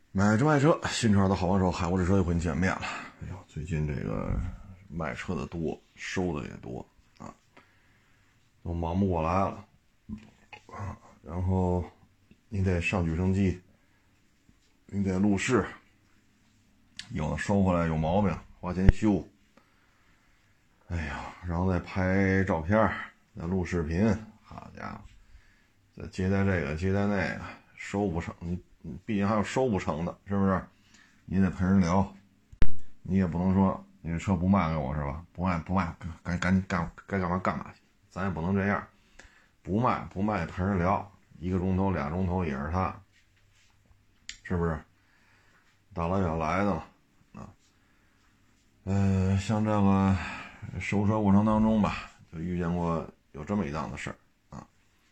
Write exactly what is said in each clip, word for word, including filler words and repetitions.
买车卖车，新车的好帮手，海沃之车又和你见面了。哎呦，最近这个卖车的多，收的也多啊，都忙不过来了啊。然后你得上举升机，你得路试，有的收回来有毛病，花钱修。哎呀，然后再拍照片，再录视频，好家伙，再接待这个接待那个，收不成，你你毕竟还有收不成的，是不是？你得陪人聊，你也不能说你这车不卖给我是吧？不卖不卖，赶赶紧干该干嘛干嘛去，咱也不能这样，不卖不卖陪人聊，一个钟头俩钟头也是他，是不是？大老远来的嘛，啊，呃，像这个收车过程当中吧，就遇见过有这么一档子事儿啊。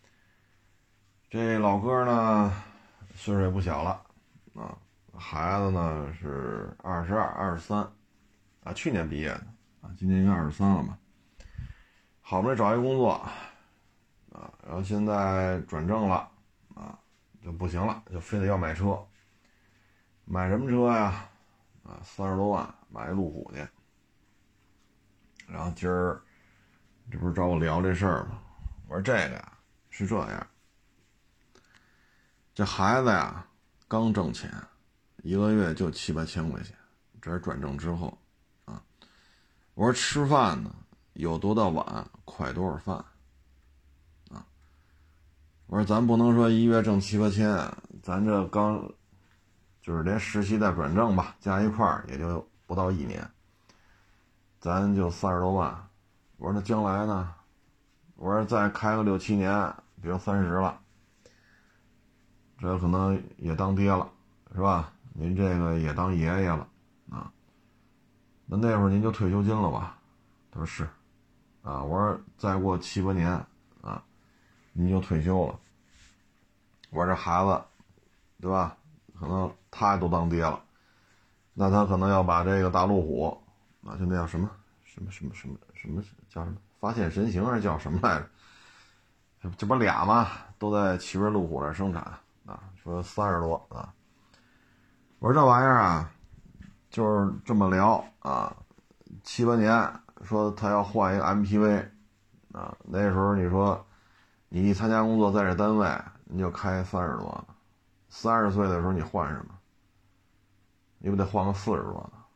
这老哥呢，岁数也不小了啊。孩子呢是二十二、二十三，啊，去年毕业的，啊，今年应该二十三了嘛。好不容易找一工作，啊，然后现在转正了，啊，就不行了，就非得要买车。买什么车呀？啊，三十多万买一路虎去。然后今儿这不是找我聊这事儿吗？我说这个呀是这样，这孩子呀刚挣钱。一个月就七八千块钱，这是转正之后啊。我说吃饭呢，有多大碗快多少饭啊。我说咱不能说一月挣七八千，咱这刚就是连实习带转正吧，加一块儿也就不到一年，咱就三十多万。我说那将来呢？我说再开个六七年，比如三十了，这可能也当爹了，是吧？您这个也当爷爷了啊，那那会儿您就退休金了吧？他说是，啊，我说再过七八年啊，您就退休了。我说这孩子，对吧？可能他都当爹了，那他可能要把这个大路虎啊，就那叫什么什么什么什么什么叫什么发现神行还是叫什么来着？这不俩嘛，都在奇瑞路虎这生产啊，说三十多啊。我说这玩意儿啊，就是这么聊啊，七八年，说他要换一个 M P V， 啊，那时候你说你一参加工作在这单位，你就开三十多，三十岁的时候你换什么？你不得换个四十多呢？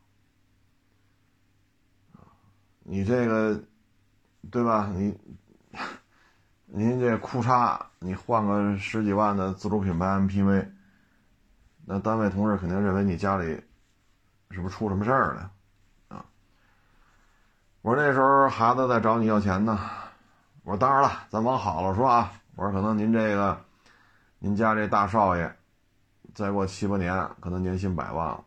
你这个，对吧？你您这裤衩，你换个十几万的自主品牌 M P V。那单位同事肯定认为你家里是不是出什么事儿了啊？我说那时候孩子在找你要钱呢，我说当然了，咱往好了说啊，我说可能您这个您家这大少爷再过七八年可能年薪百万了，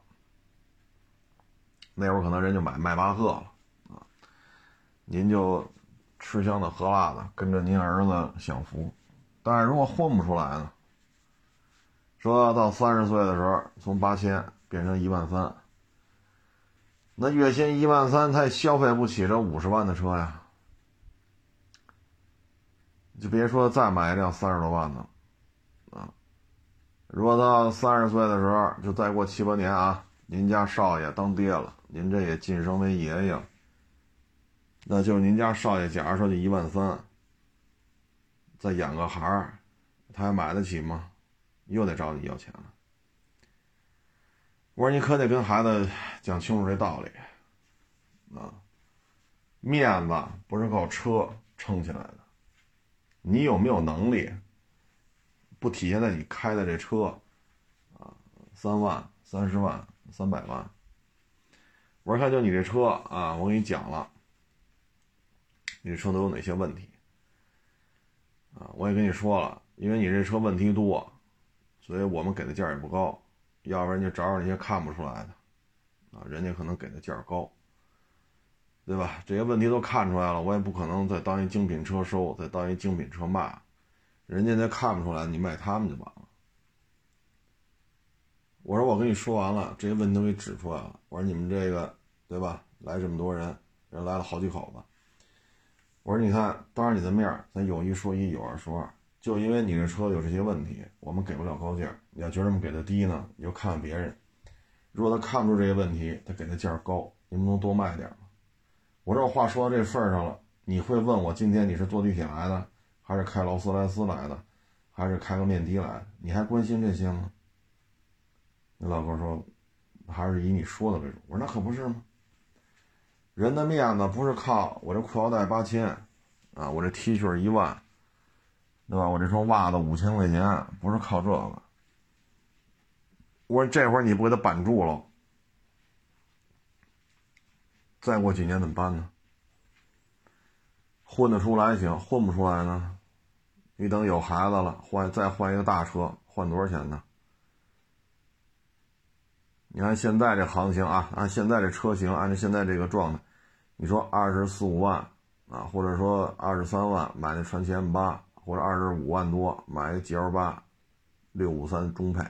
那会儿可能人就买迈巴赫了啊，您就吃香的喝辣的跟着您儿子享福。但是如果混不出来呢，说到三十岁的时候从八千变成一万三，那月薪一万三他也消费不起这五十万的车呀，就别说再买一辆三十多万的啊。如果到三十岁的时候就再过七八年啊，您家少爷当爹了，您这也晋升为爷爷了，那就是您家少爷假如说就一万三，再养个孩儿，他还买得起吗？又得找你要钱了。我说你可得跟孩子讲清楚这道理啊，面子不是靠车撑起来的，你有没有能力不体现在你开的这车啊，三万、三十万、三百万。我说看就你这车啊，我给你讲了，你这车都有哪些问题啊？我也跟你说了，因为你这车问题多，所以我们给的价也不高，要不然就找找那些看不出来的啊，人家可能给的价高，对吧？这些问题都看出来了，我也不可能再当一精品车收，再当一精品车卖，人家那看不出来，你卖他们就完了。我说我跟你说完了，这些问题都给指出来了。我说你们这个，对吧？来这么多人，人来了好几口子。我说你看，当着你的面，咱有一说一，有二说二， 就因为你这车有这些问题，我们给不了高价。你要觉得我们给的低呢，你就看看别人。如果他看不出这些问题，他给的价高，你们能多卖点吗？我这话说到这份上了，你会问我今天你是坐地铁来的，还是开劳斯莱斯来的，还是开个面的来的？你还关心这些吗？那老哥说，还是以你说的为主。我说那可不是吗？人的面子不是靠我这裤腰带八千啊，我这 T 恤一万，对吧？我这双袜子五千块钱，不是靠这个。我说这会儿你不给他绑住了，再过几年怎么办呢？混得出来行，混不出来呢？你等有孩子了，换再换一个大车，换多少钱呢？你看现在这行情啊，按现在这车型，按照现在这个状态，你说二十四五万啊，或者说二十三万买那传奇 M 八，或者二十五万多买个 G L 八六五三中配，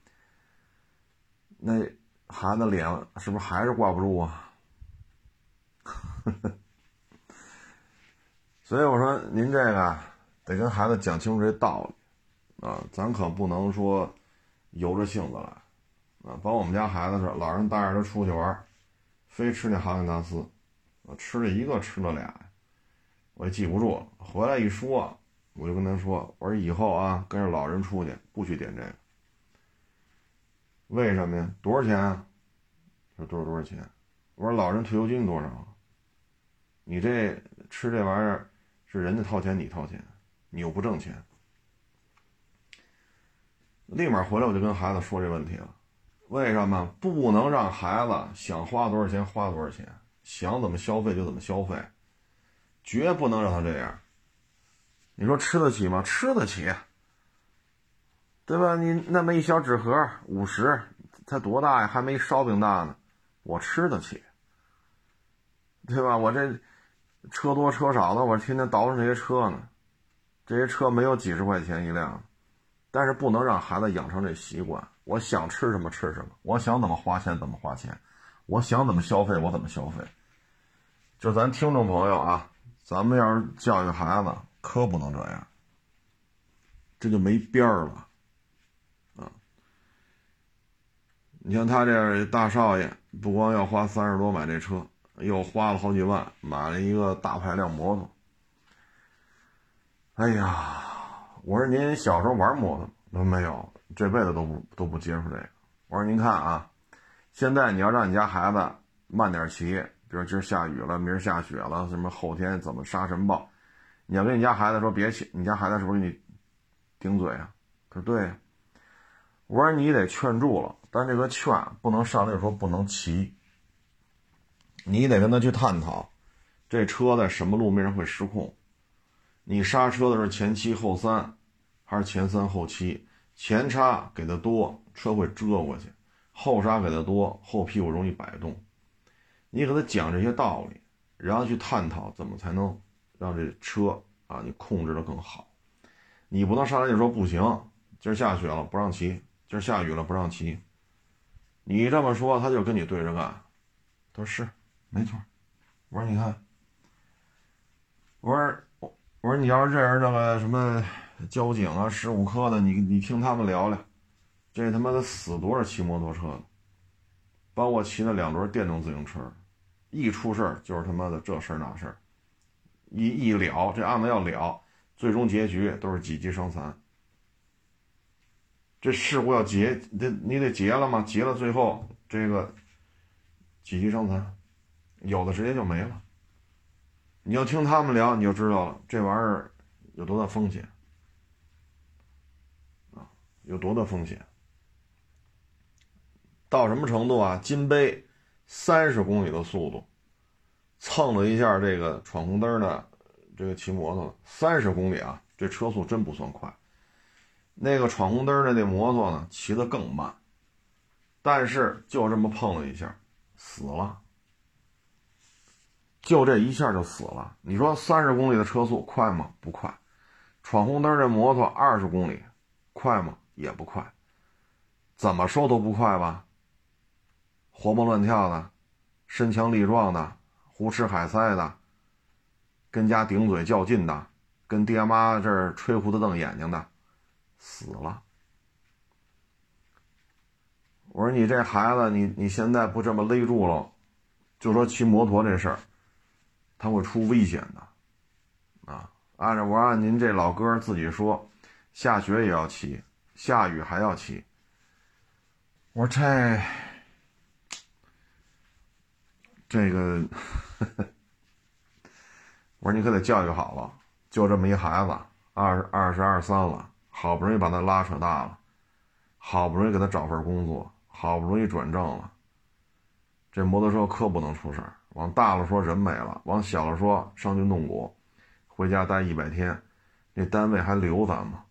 那孩子脸是不是还是挂不住啊？所以我说您这个得跟孩子讲清楚这道理啊，咱可不能说由着性子来啊。包括我们家孩子是老人带着他出去玩，非吃那哈根达斯，我吃了一个吃了俩，我也记不住了。回来一说，我就跟他说，我说以后啊跟着老人出去不许点这个。为什么呀？多少钱啊？说多少多少钱？我说老人退休金多少？你这吃这玩意儿是人家掏钱你掏钱，你又不挣钱。立马回来我就跟孩子说这问题了。为什么不能让孩子想花多少钱花多少钱，想怎么消费就怎么消费，绝不能让他这样。你说吃得起吗？吃得起，对吧？你那么一小纸盒五十，才多大呀？还没烧饼大呢，我吃得起，对吧？我这车多车少的，我天天倒腾这些车呢，这些车没有几十块钱一辆，但是不能让孩子养成这习惯。我想吃什么吃什么，我想怎么花钱怎么花钱，我想怎么消费我怎么消费。就咱听众朋友啊，咱们要是教育孩子，可不能这样，这就没边儿了啊！你像他这样大少爷，不光要花三十多买这车，又花了好几万买了一个大排量摩托。哎呀，我说您小时候玩摩托吗？没有，这辈子都不都不接触这个。我说您看啊，现在你要让你家孩子慢点骑，比如今儿下雨了，明儿下雪了，什么后天怎么沙尘暴，你要跟你家孩子说别骑，你家孩子是不是给你顶嘴啊？他说对。我说你得劝住了，但这个劝不能上来说不能骑，你得跟他去探讨这车在什么路面上会失控，你刹车的是前七后三还是前三后七，前刹给的多车会遮过去，后刹给的多后屁股容易摆动，你给他讲这些道理，然后去探讨怎么才能让这车啊你控制的更好。你不能上来就说不行，今儿下雪了不让骑，今儿下雨了不让骑，你这么说他就跟你对着干。他说是没错。我说你看，我说我说你要是这样那个什么交警啊十五科的，你你听他们聊聊，这他妈的死多少骑摩托车的，包括骑了两轮电动自行车，一出事儿就是他妈的这事儿那事儿，一一了这案子要了，最终结局都是几级伤残。这事故要结，你你得结了吗？结了最后这个几级伤残，有的直接就没了。你要听他们聊，你就知道了这玩意儿有多大风险啊，有多大风险。到什么程度啊？金杯三十公里的速度蹭了一下这个闯红灯的这个骑摩托，三十公里啊，这车速真不算快。那个闯红灯的那摩托呢，骑得更慢，但是就这么碰了一下，死了，就这一下就死了。你说三十公里的车速快吗？不快。闯红灯的摩托二十公里，快吗？也不快。怎么说都不快吧？活蹦乱跳的，身强力壮的，胡吃海塞的，跟家顶嘴较劲的， 跟爹妈这儿吹胡子瞪眼睛的，死了。我说你这孩子，你你现在不这么勒住了，就说骑摩托这事儿，他会出危险的啊！按照我按您这老哥自己说，下雪也要骑，下雨还要骑。我说这这个，我说你可得教育好了，就这么一孩子，二二十二三了，好不容易把他拉扯大了，好不容易给他找份工作，好不容易转正了，这摩托车可不能出事儿。往大了说人没了，往小了说伤筋动骨，回家待一百天，那单位还留咱吗？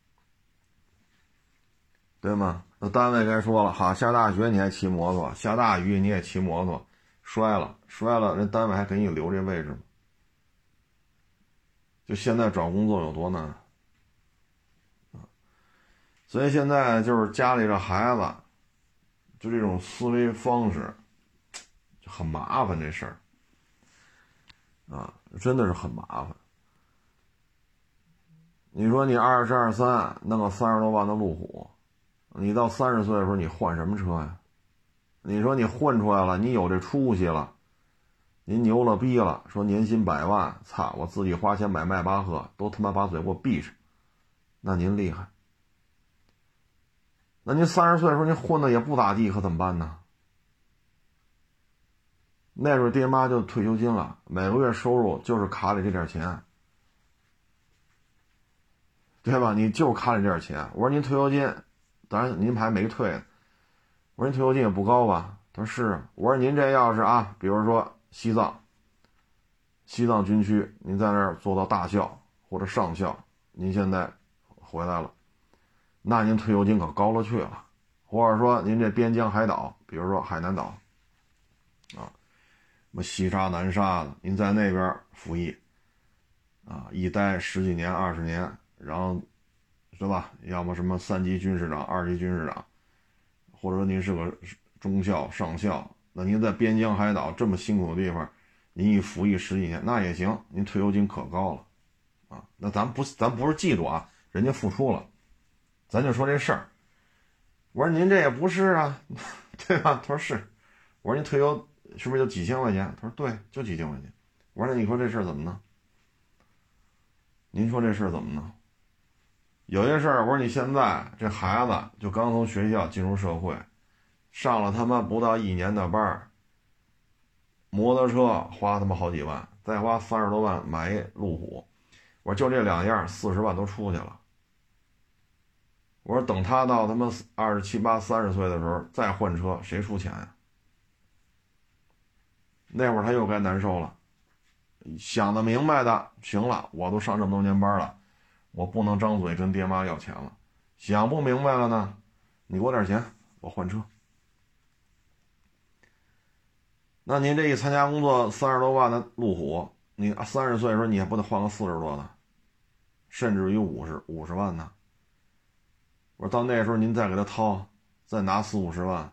对吗？那单位该说了，好，下大雪你还骑摩托，下大雨你也骑摩托，摔了摔了，人单位还给你留这位置吗？就现在找工作有多难啊！所以现在就是家里这孩子，就这种思维方式，就很麻烦这事儿啊，真的是很麻烦。你说你二十二三，弄个三十多万的路虎，你到三十岁的时候你换什么车呀？你说你混出来了，你有这出息了，您牛了逼了，说年薪百万，操，我自己花钱买迈巴赫，都他妈把嘴给我闭上，那您厉害。那您三十岁的时候您混的也不咋地，可怎么办呢？那时候爹妈就退休金了，每个月收入就是卡里这点钱，对吧？你就卡里这点钱。我说您退休金，当然您还没退呢。我说您退休金也不高吧？他说是。我说您这要是啊，比如说西藏，西藏军区，您在那儿做到大校或者上校，您现在回来了，那您退休金可高了去了。或者说您这边疆海岛，比如说海南岛，啊，什么西沙南沙的，您在那边服役，啊，一待十几年、二十年，然后，是吧？要么什么三级军事长、二级军事长，或者说您是个中校、上校，那您在边疆海岛这么辛苦的地方，您一服役十几年，那也行，您退休金可高了，啊，那咱不咱不是嫉妒啊，人家付出了，咱就说这事儿。我说您这也不是啊，对吧？他说是。我说您退休是不是就几千块钱？他说对，就几千块钱。我说那你说这事儿怎么弄？您说这事儿怎么弄？有些事儿，我说你现在这孩子就刚从学校进入社会，上了他妈不到一年的班，摩托车花他妈好几万，再花三十多万买一路虎，我说就这两样四十万都出去了。我说等他到他妈二十七八、三十岁的时候再换车，谁出钱呀？那会儿他又该难受了。想得明白的，行了，我都上这么多年班了，我不能张嘴跟爹妈要钱了。想不明白了呢，你给我点钱，我换车。那您这一参加工作，三十多万的路虎，你三十岁的时候你也不得换个四十多的，甚至于五十五十万呢？我说到那时候您再给他掏，再拿四五十万，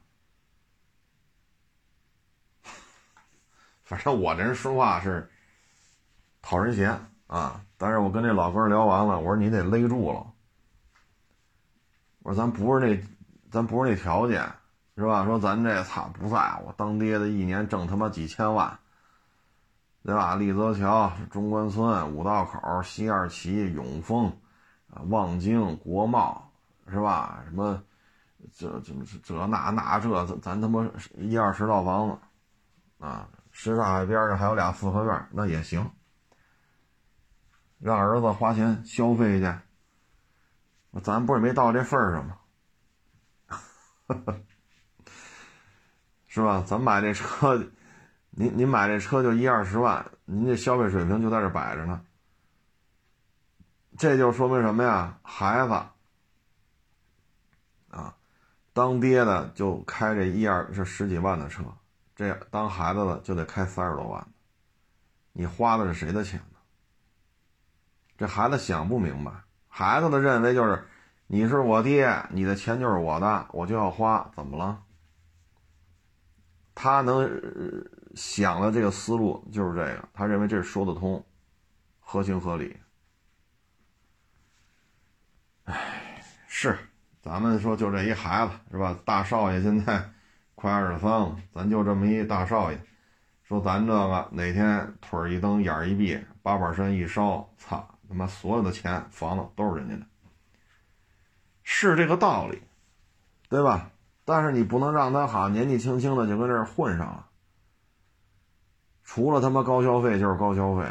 反正我这人说话是讨人嫌啊。但是我跟这老哥聊完了，我说你得勒住了。我说咱不是那，咱不是那条件，是吧？说咱这操不在我当爹的一年挣他妈几千万，对吧？立泽桥、中关村、五道口、西二旗、永丰、望京、国贸。是吧？什么这这这那那这咱咱他妈一二十套房子啊！什刹海边上还有俩四合院，那也行。让儿子花钱消费去，咱不是没到这份上吗？是吧？咱买这车，您您买这车就一二十万，您这消费水平就在这摆着呢。这就说明什么呀？孩子。啊，当爹的就开这一二这十几万的车，这当孩子的就得开三十多万的，你花的是谁的钱呢？这孩子想不明白，孩子的认为就是你是我爹，你的钱就是我的，我就要花，怎么了？他能想的这个思路就是这个，他认为这说得通，合情合理唉，是，咱们说就这一孩子是吧？大少爷现在快二十三了，咱就这么一大少爷，说咱这个哪天腿儿一蹬眼儿一闭，八宝山一烧，操他妈所有的钱房子都是人家的，是这个道理，对吧？但是你不能让他好年纪轻轻的就跟这儿混上了，除了他妈高消费就是高消费，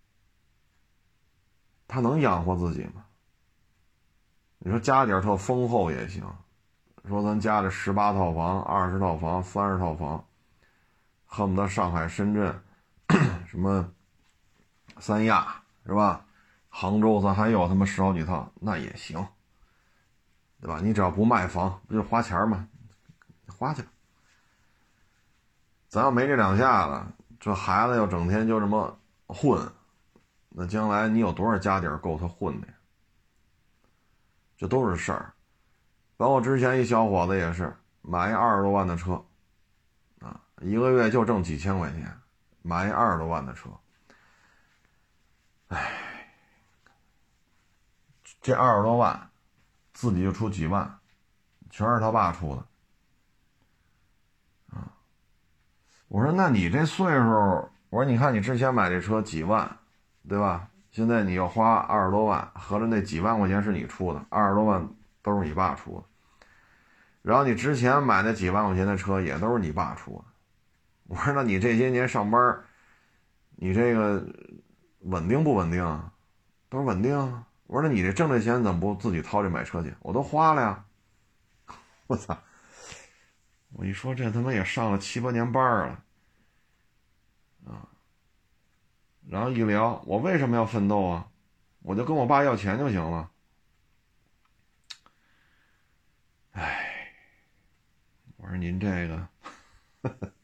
他能养活自己吗？你说家底儿特丰厚也行，说咱家里十八套房、二十套房、三十套房，恨不得上海、深圳，什么三亚是吧？杭州咱还有他妈十好几套，那也行，对吧？你只要不卖房，不就花钱吗？花去吧。咱要没这两下子，这孩子要整天就这么混，那将来你有多少家底儿够他混的呀？这都是事儿。包括之前一小伙子也是买一二十多万的车啊，一个月就挣几千块钱，买一二十多万的车，唉，这二十多万自己就出几万，全是他爸出的啊。我说那你这岁数，我说你看你之前买这车几万，对吧？现在你要花二十多万，合着那几万块钱是你出的，二十多万都是你爸出的。然后你之前买那几万块钱的车也都是你爸出的。我说那你这些年上班，你这个稳定不稳定啊？都是稳定啊。我说那你这挣这钱怎么不自己掏这买车去？我都花了呀。我操！我一说这他妈也上了七八年班了啊。然后一聊我为什么要奋斗啊？我就跟我爸要钱就行了。唉。我说您这个呵呵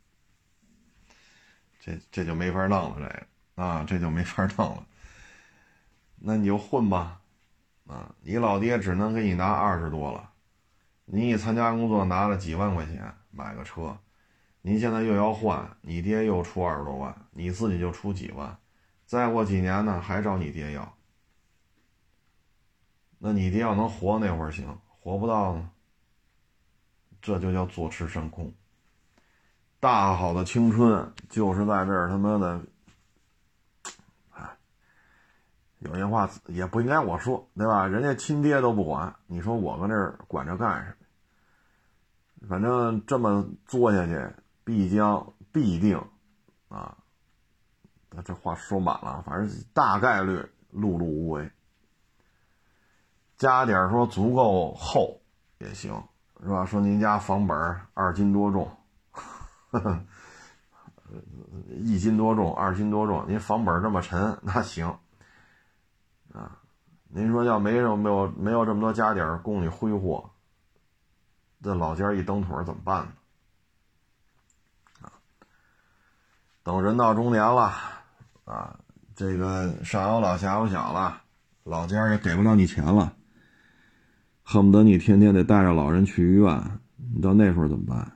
这这就没法弄了，这个啊这就没法弄了。那你就混吧啊，你老爹只能给你拿二十多了，你一参加工作拿了几万块钱买个车，您现在又要换，你爹又出二十多万，你自己就出几万，再过几年呢还找你爹要，那你爹要能活那会儿行，活不到呢，这就叫坐吃山空。大好的青春就是在这儿他妈的，哎，有些话也不应该我说，对吧？人家亲爹都不管，你说我跟这儿管着干什么？反正这么做下去，必将必定啊，这话说满了，反正大概率碌碌无为。加点说足够厚也行，是吧？说您家房本二斤多重。呵呵，一斤多重，二斤多重，您房本这么沉，那行啊。您说要没有没有没有这么多家底儿供你挥霍，这老家一蹬腿怎么办呢？啊，等人到中年了啊，这个上有老下有小了，老家也给不了你钱了，恨不得你天天得带着老人去医院，你到那时候怎么办？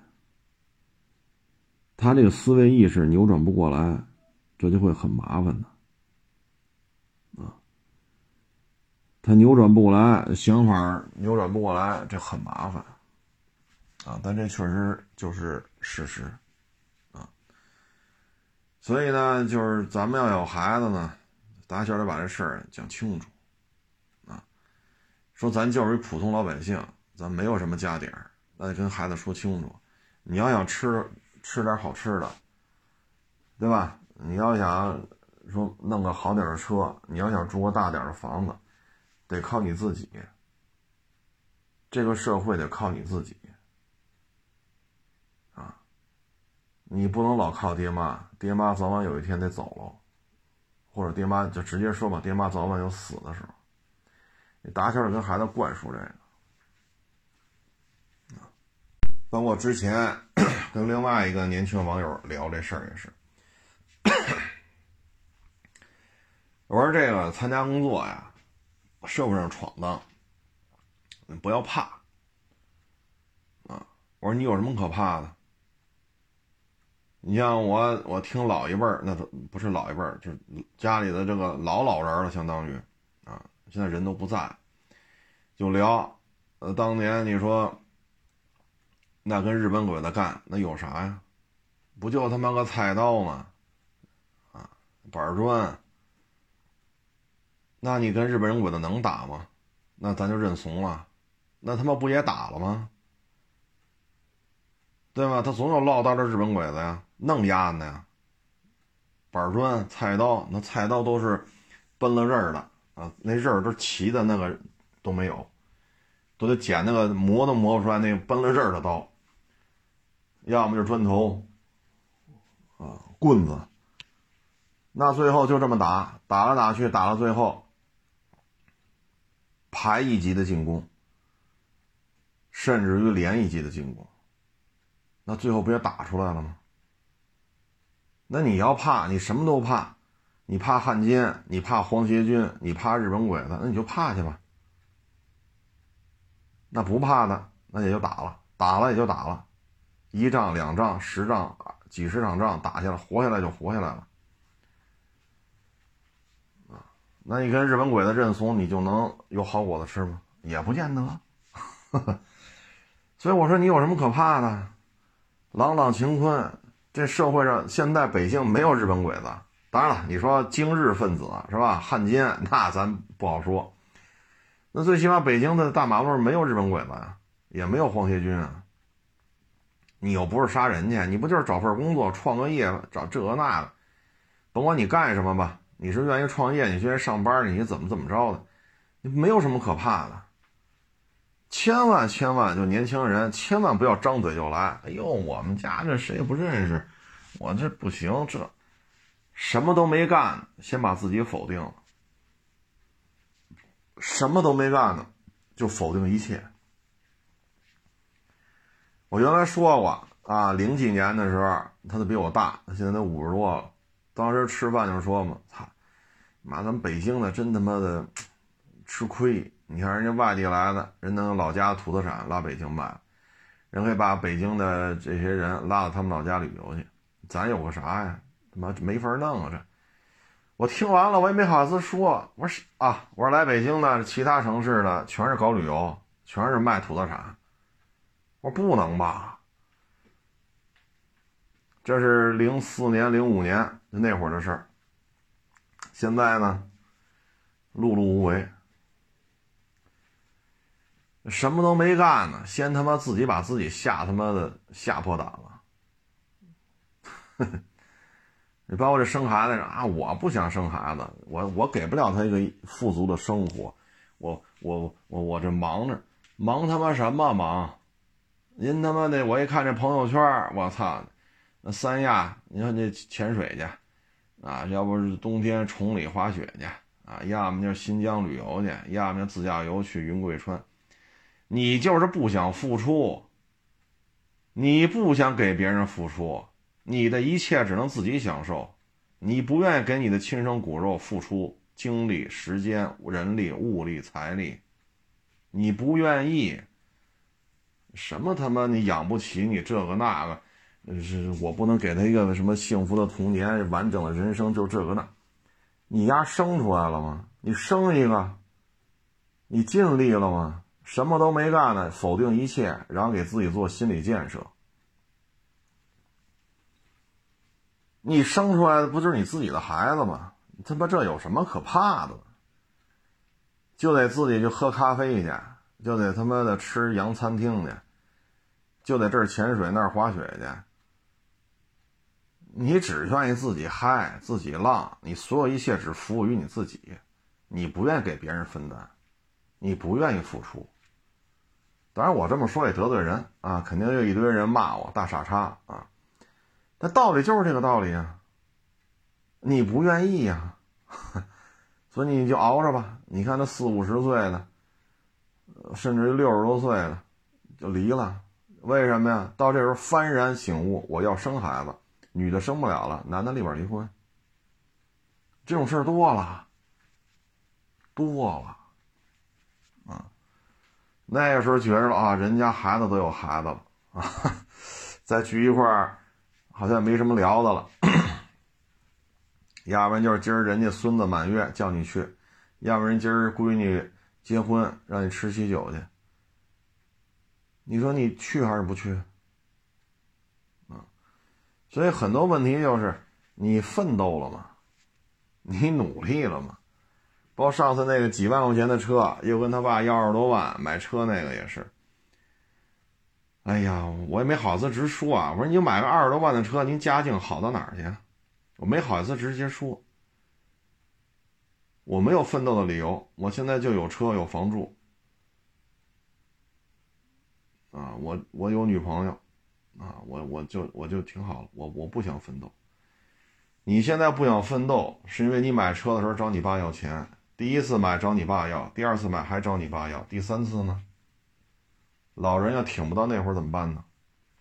他这个思维意识扭转不过来，这就会很麻烦的啊。他扭转不过来，想法扭转不过来，这很麻烦啊。但这确实就是事实啊。所以呢，就是咱们要有孩子呢，打小得把这事儿讲清楚啊。说咱就是一普通老百姓，咱没有什么家底儿，那得跟孩子说清楚。你要想吃吃点好吃的，对吧？你要想说弄个好点的车，你要想住个大点的房子，得靠你自己。这个社会得靠你自己啊！你不能老靠爹妈，爹妈早晚有一天得走了，或者爹妈就直接说吧，爹妈早晚有死的时候。你打小就跟孩子灌输这个。包括之前跟另外一个年轻网友聊这事儿也是，我说这个参加工作呀，社会上闯荡，你不要怕啊！我说你有什么可怕的？你像我，我听老一辈儿，那不是老一辈儿，就是家里的这个老老人了，相当于啊，现在人都不在， 就聊，呃，当年你说那跟日本鬼子干，那有啥呀？不就他妈个菜刀吗？啊，板砖。那你跟日本人鬼子能打吗？那咱就认怂了。那他妈不也打了吗？对吧？他总有落到这日本鬼子呀，弄丫的呀。板砖、菜刀，那菜刀都是崩了刃儿的啊，那刃儿都齐的那个都没有，都得捡那个磨都磨不出来那个崩了刃儿的刀。要么就是砖头啊，棍子。那最后就这么打，打来打去，打到最后排一级的进攻，甚至于连一级的进攻，那最后不也打出来了吗？那你要怕，你什么都怕，你怕汉奸，你怕皇协军，你怕日本鬼子，那你就怕去吧。那不怕的，那也就打了，打了也就打了，一仗两仗十仗几十场仗打下来，活下来就活下来了。那你跟日本鬼子认怂，你就能有好果子吃吗？也不见得。所以我说你有什么可怕的？朗朗乾坤，这社会上现在北京没有日本鬼子。当然了，你说精日分子是吧？汉奸，那咱不好说。那最起码北京的大马路上没有日本鬼子呀，也没有皇协军啊。你又不是杀人去，你不就是找份工作，创个业，找这个那个，甭管你干什么吧。你是愿意创业，你愿意上班，你怎么怎么着的，你没有什么可怕的。千万千万就年轻人千万不要张嘴就来，哎呦我们家这谁也不认识，我这不行，这什么都没干先把自己否定了，什么都没干呢就否定一切。我原来说过啊，零几年的时候他都比我大，现在都五十多了，当时吃饭就说嘛，操妈咱们北京的真他妈的吃亏，你看人家外地来的人能老家土特产拉北京卖，人可以把北京的这些人拉到他们老家旅游去，咱有个啥呀？他妈没法弄啊！这我听完了我也没好意思说，我说啊，我说来北京的其他城市的全是搞旅游，全是卖土特产，我说不能吧？这是零四年零五年那会儿的事儿，现在呢碌碌无为，什么都没干呢，先他妈自己把自己吓他妈的吓破胆了。你包括这生孩子啊，我不想生孩子，我我给不了他一个富足的生活，我我我我这忙着，忙他妈什么忙？您他妈的，我一看这朋友圈，我操，那三亚，你看这潜水去啊，要不是冬天崇礼滑雪去啊，要么就是新疆旅游去，要么就自驾游去云贵川。你就是不想付出，你不想给别人付出，你的一切只能自己享受，你不愿意给你的亲生骨肉付出精力、时间、人力、物力、财力，你不愿意。什么他妈你养不起你这个那个，是我不能给他一个什么幸福的童年、完整的人生，就这个那。你丫生出来了吗？你生一个，你尽力了吗？什么都没干呢，否定一切，然后给自己做心理建设。你生出来的不就是你自己的孩子吗？他妈这有什么可怕的？就得自己去喝咖啡去，就得他妈的吃洋餐厅去，就得这儿潜水那儿滑雪去。你只愿意自己嗨，自己浪，你所有一切只服务于你自己，你不愿意给别人分担，你不愿意付出。当然我这么说也得罪人啊，肯定有一堆人骂我大傻叉啊，但道理就是这个道理啊，你不愿意呀、啊，所以你就熬着吧。你看那四五十岁的，甚至于六十多岁的就离了，为什么呀？到这时候幡然醒悟，我要生孩子，女的生不了了，男的立马离婚，这种事儿多了，多了啊。那个时候觉着啊，人家孩子都有孩子了啊，再聚一块儿，好像没什么聊的了。要不然就是今儿人家孙子满月叫你去，要不然今儿闺女结婚让你吃喜酒去，你说你去还是不去啊？所以很多问题就是你奋斗了吗？你努力了吗？包括上次那个几万块钱的车，又跟他爸要二十多万买车，那个也是。哎呀，我也没好意思直说啊。我说你买个二十多万的车，您家境好到哪儿去？我没好意思直接说。我没有奋斗的理由，我现在就有车有房住。啊，我我有女朋友，啊，我我就我就挺好了，我我不想奋斗。你现在不想奋斗，是因为你买车的时候找你爸要钱，第一次买找你爸要，第二次买还找你爸要，第三次呢？老人要挺不到那会儿怎么办呢？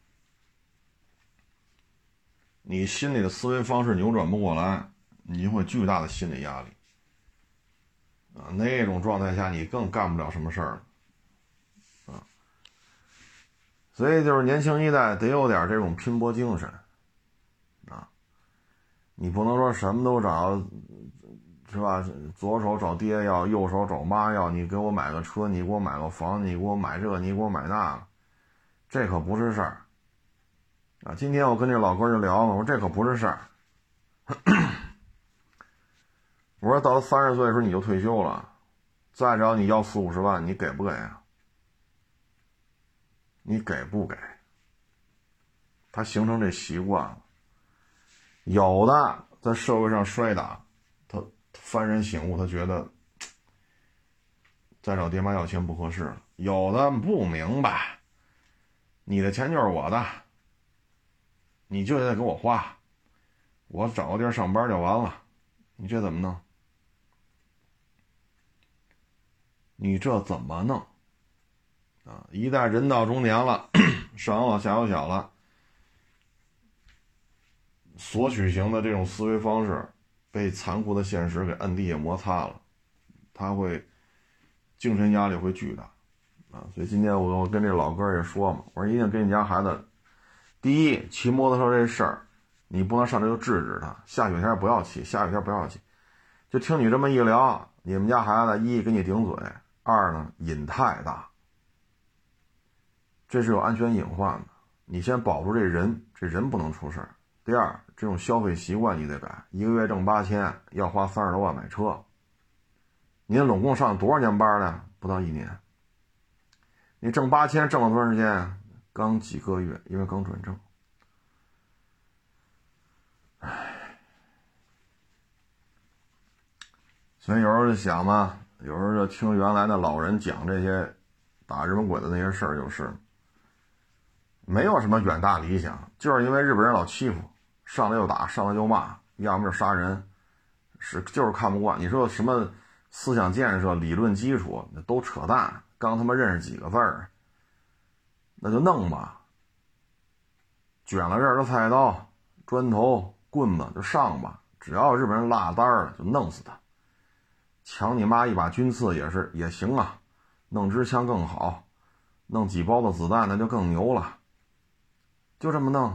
你心里的思维方式扭转不过来，你就会巨大的心理压力啊！那种状态下，你更干不了什么事儿啊！所以就是年轻一代得有点这种拼搏精神啊！你不能说什么都找，是吧？左手找爹要，右手找妈要，你给我买个车，你给我买个房，你给我买这，你给我买那个，这可不是事儿啊！今天我跟这老哥就聊嘛，我说这可不是事儿。我说到了三十岁的时候你就退休了，再找你要四五十万，你给不给啊？你给不给？他形成这习惯了。有的在社会上摔打，他幡然醒悟，他觉得再找爹妈要钱不合适了。有的不明白，你的钱就是我的，你就得给我花，我找个地儿上班就完了，你这怎么弄？你这怎么弄啊？一旦人到中年了，上有老下有小了，索取型的这种思维方式被残酷的现实给摁地下摩擦了，他会精神压力会巨大啊！所以今天我跟这老哥也说嘛，我说一定给你家孩子，第一，骑摩托车这事儿，你不能上来就制止他，下雨天不要骑，下雨天不要骑。就听你这么一聊，你们家孩子一给你顶嘴，二呢瘾太大，这是有安全隐患的。你先保住这人，这人不能出事。第二，这种消费习惯你得改，一个月挣八千，要花三十多万买车。您拢共上多少年班了？不到一年。你挣八千，挣了多长时间？刚几个月，因为刚转正。唉，所以有时候就想嘛，有时候就听原来的老人讲这些打日本鬼子那些事儿，就是没有什么远大理想，就是因为日本人老欺负，上来就打，上来就骂，要么就杀人，是就是看不惯。你说什么思想建设、理论基础，那都扯淡，刚他妈认识几个字儿，那就弄吧，卷了这儿的菜刀、砖头、棍子就上吧，只要日本人落单了，就弄死他。抢你妈一把军刺也是也行啊，弄支枪更好，弄几包子子弹那就更牛了，就这么弄。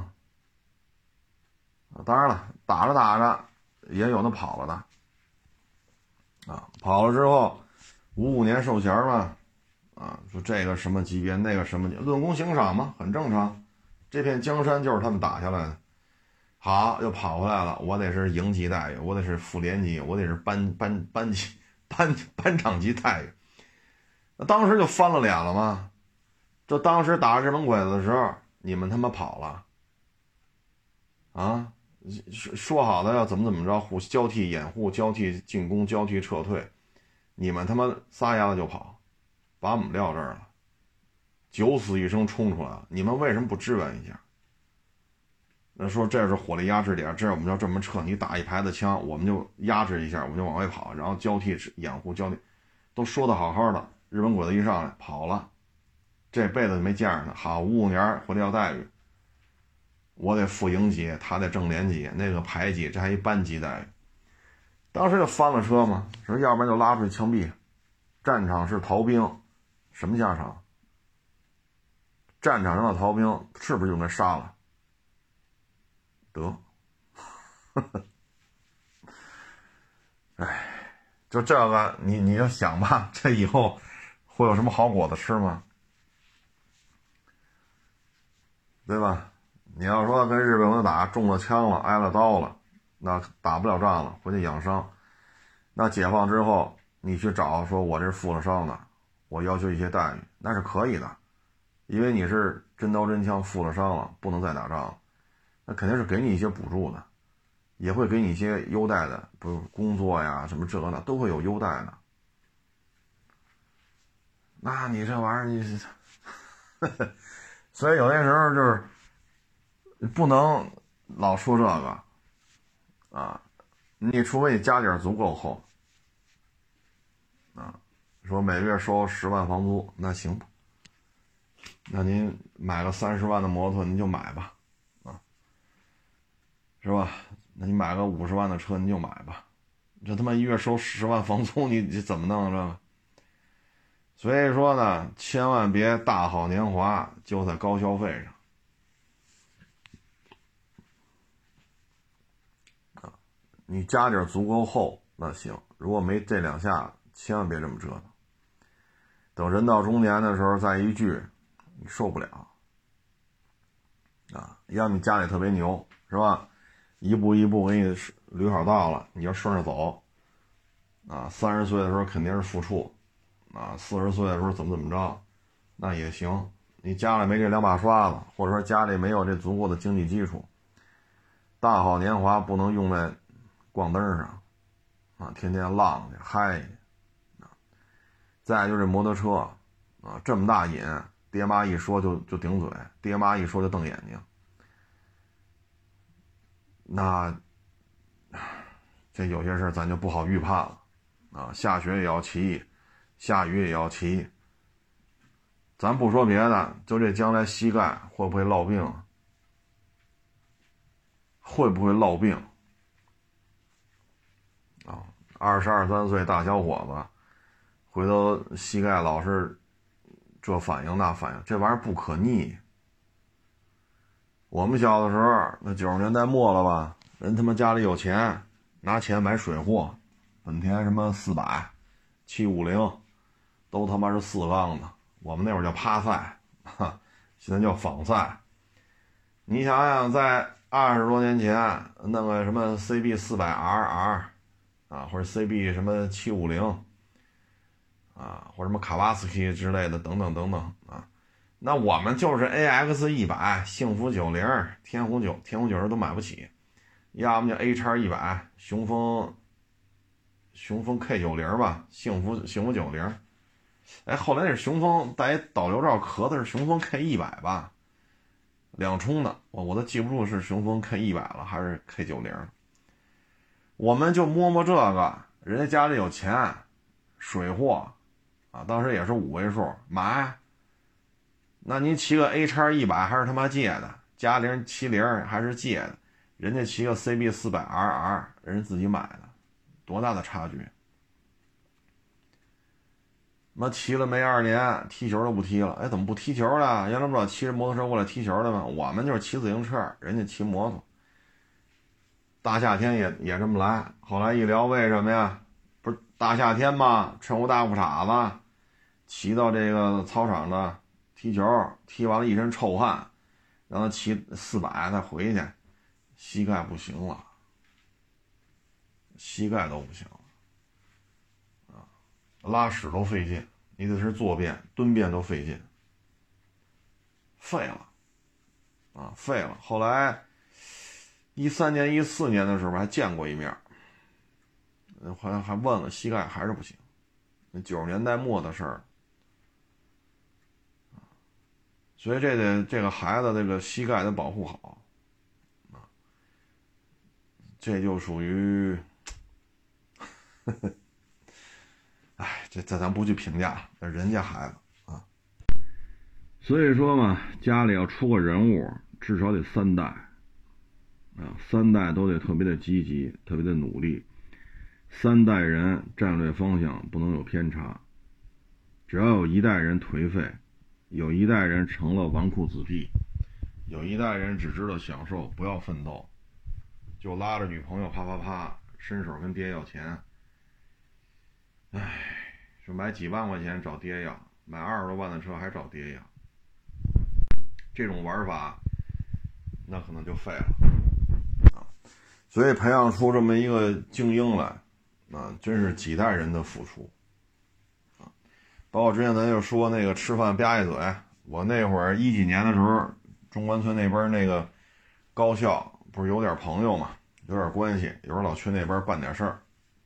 当然了，打着打着也有那跑了的啊，跑了之后五五年授衔嘛，啊，说这个什么级别，那个什么级别，论功行赏嘛，很正常。这片江山就是他们打下来的。好，又跑回来了，我得是营级待遇，我得是副连级，我得是班班班级班班长级待遇。那当时就翻了脸了吗？这当时打日本鬼子的时候，你们他妈跑了啊？说好的要怎么怎么着，互交替掩护、交替进攻、交替撤退，你们他妈撒丫子就跑，把我们撂这儿了，九死一生冲出来了，你们为什么不支援一下？那说这是火力压制点，这我们要这么撤，你打一排的枪，我们就压制一下，我们就往外跑，然后交替掩护、交替，都说的好好的，日本鬼子一上来跑了，这辈子没见着他，好五五年回来要待遇，我得副营级，他得正连级，那个排级，这还一班级待遇。当时就翻了车嘛，说要不然就拉出去枪毙，战场是逃兵，什么下场？战场上的逃兵是不是就该杀了？得，哎， 就这个你你就想吧，这以后会有什么好果子吃吗？对吧？你要说跟日本人打，中了枪了，挨了刀了，那打不了仗了，回去养伤。那解放之后，你去找说我这负了伤的，我要求一些待遇，那是可以的，因为你是真刀真枪负了伤了，不能再打仗了，那肯定是给你一些补助的，也会给你一些优待的，不是工作呀什么这个那都会有优待的。那你这玩意儿你所以有些时候就是不能老说这个啊，你除非你家底足够厚啊，说每个月收十万房租，那行吧，那您买个三十万的摩托您就买吧，啊，是吧？那你买个五十万的车您就买吧，这他妈一月收十万房租，你你怎么弄这个？所以说呢，千万别大好年华就在高消费上啊！你家底足够厚那行，如果没这两下，千万别这么折腾。等人到中年的时候再一聚，你受不了啊！要么你家里特别牛，是吧？一步一步给你捋好道了，你就顺着走啊！三十岁的时候肯定是付出。啊，四十岁的时候怎么怎么着，那也行。你家里没这两把刷子，或者说家里没有这足够的经济基础，大好年华不能用在逛灯上啊，天天浪去嗨去啊。再就是摩托车啊，这么大瘾，爹妈一说就就顶嘴，爹妈一说就瞪眼睛，那这有些事咱就不好预判了啊。下雪也要骑，下雨也要骑，咱不说别的，就这将来膝盖会不会落病，会不会落病啊？二十二三岁大小伙子，回头膝盖老是这反应那反应，这玩意儿不可逆。我们小的时候，那九十年代末了吧，人他妈家里有钱，拿钱买水货，本田什么四百、七五零。都他妈是四缸的，我们那会儿叫趴赛，哈，现在叫仿赛。你想想，在二十多年前，弄个什么 C B 四百 R R 啊，或者 C B 什么七五零啊，或者什么卡瓦斯基之类的，等等等等啊，那我们就是 A X 一百、幸福九零、天虹九、天虹九十都买不起，要么就 A 叉一百、雄风、雄风 K 九零吧，幸福幸福九零。哎，后来那是雄风带导流罩壳的是雄风 K 一百吧，两冲的，我我都记不住是雄风 K 一百了还是 K 九零。我们就摸摸这个，人家家里有钱，水货啊，当时也是五位数买。那您骑个 A 叉一百还是他妈借的，嘉陵七零还是借的，人家骑个 C B 四百 R R 人家自己买的，多大的差距？妈骑了没二年，踢球都不踢了。哎，怎么不踢球了？原来不知道骑着摩托车过来踢球的吗？我们就是骑自行车，人家骑摩托。大夏天也也这么来。后来一聊，为什么呀？不是大夏天嘛，穿个大裤衩子，骑到这个操场的踢球，踢完了一身臭汗，让他骑四百再回去，膝盖不行了，膝盖都不行了。拉屎都费劲，你得是坐便蹲便都费劲，废了啊，废了。后来一三年一四年的时候还见过一面，还还问了，膝盖还是不行。那九十年代末的事儿，所以这得这个孩子这个膝盖得保护好啊，这就属于呵呵哎，这这咱不去评价，那人家孩子啊。所以说嘛，家里要出个人物，至少得三代啊，三代都得特别的积极，特别的努力，三代人战略方向不能有偏差。只要有一代人颓废，有一代人成了纨绔子弟，有一代人只知道享受，不要奋斗，就拉着女朋友啪啪啪，伸手跟爹要钱。 唉，说买几万块钱找爹要，买二十多万的车还找爹要，这种玩法那可能就废了啊。所以培养出这么一个精英来啊，真是几代人的付出啊。包括之前咱就说那个吃饭吧唧嘴，我那会儿一几年的时候，中关村那边那个高校不是有点朋友嘛，有点关系，有时候老去那边办点事儿。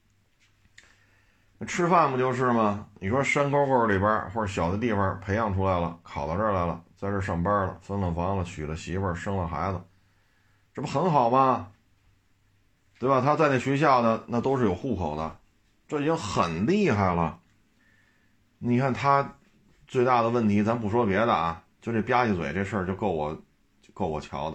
吃饭不就是吗？你说山沟沟里边或者小的地方培养出来了，考到这儿来了，在这儿上班了，分了房了，娶了媳妇儿，生了孩子，这不很好吗？对吧？他在那学校呢，那都是有户口的，这已经很厉害了。你看他最大的问题，咱不说别的啊，就这吧唧嘴这事儿就够我就够我瞧的。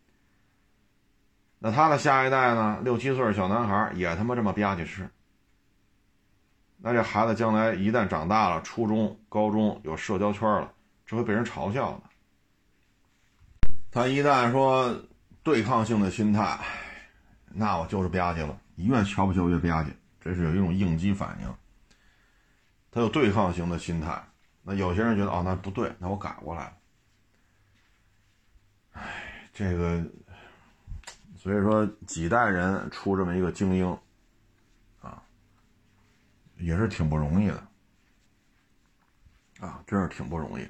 那他的下一代呢，六七岁小男孩也他妈这么吧唧吃。那这孩子将来一旦长大了，初中、高中有社交圈了，这会被人嘲笑的。他一旦说对抗性的心态，那我就是吧唧了，你越瞧不起我越吧唧，这是有一种应激反应。他有对抗型的心态，那有些人觉得哦，那不对，那我改过来了。唉，这个，所以说几代人出这么一个精英，啊，也是挺不容易的，啊，真是挺不容易的。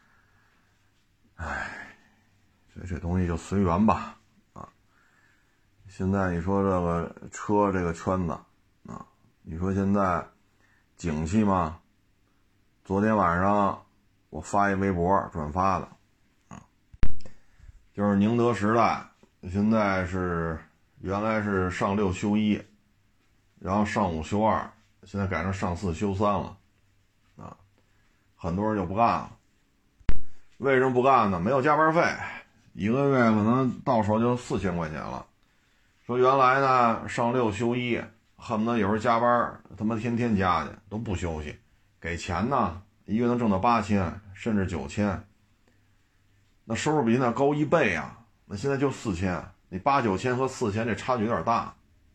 唉，所以这东西就随缘吧，啊。现在你说这个车这个圈子，啊，你说现在景气吗？昨天晚上我发一微博转发的，啊，就是宁德时代现在是原来是上六休一，然后上五休二，现在改成上四休三了，啊，很多人就不干了。为什么不干呢？没有加班费，一个月可能到手就四千块钱了。说原来呢上六休一，恨不得有时候加班他妈天天加去，都不休息，给钱呢，一个月能挣到八千甚至九千，那收入比现在高一倍啊！那现在就四千，你八九千和四千这差距有点大。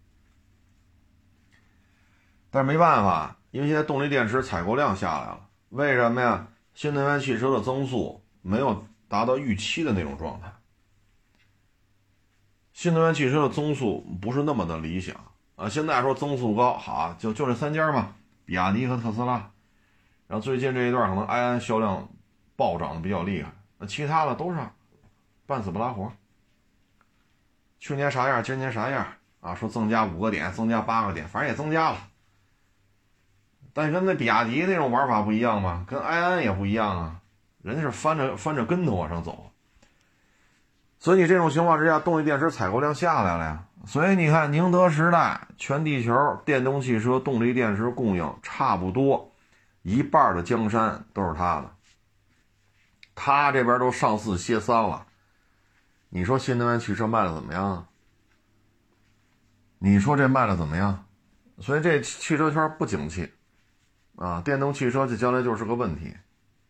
但是没办法，因为现在动力电池采购量下来了，为什么呀？新能源汽车的增速没有达到预期的那种状态，新能源汽车的增速不是那么的理想啊。现在说增速高，好，就就这三家嘛，比亚迪和特斯拉。然后最近这一段可能埃安销量暴涨的比较厉害，那其他的都是半死不拉活。去年啥样，今年啥样啊？说增加五个点，增加八个点，反正也增加了。但是跟那比亚迪那种玩法不一样嘛，跟埃安也不一样啊，人家是翻着翻着跟头往上走。所以你这种情况之下，动力电池采购量下来了呀。所以你看宁德时代全地球电动汽车动力电池供应差不多一半的江山都是他的，他这边都上四歇三了。你说新能源汽车卖的怎么样？你说这卖的怎么样？所以这汽车圈不景气啊，电动汽车这将来就是个问题。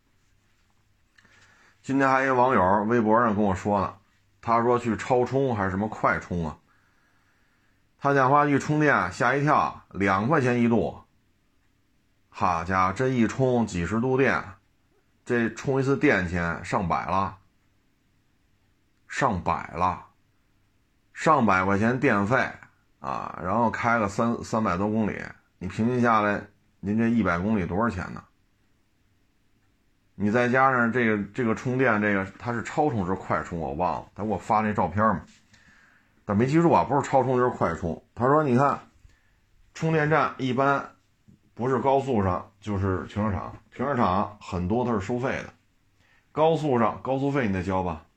今天还有一网友微博上跟我说呢，他说去超充还是什么快充啊，他讲话去充电吓一跳，两块钱一度，好家伙，这一充几十度电，这充一次电钱上百了，上百了，上百块钱电费啊，然后开个三三百多公里，你平均下来，您这一百公里多少钱呢？你再加上这个这个充电，这个它是超充是快充，我忘了，他给我发那照片嘛，但没记住啊，不是超充就是快充。他说你看，充电站一般不是高速上就是停车场，停车场很多它是收费的，高速上高速费你得交吧。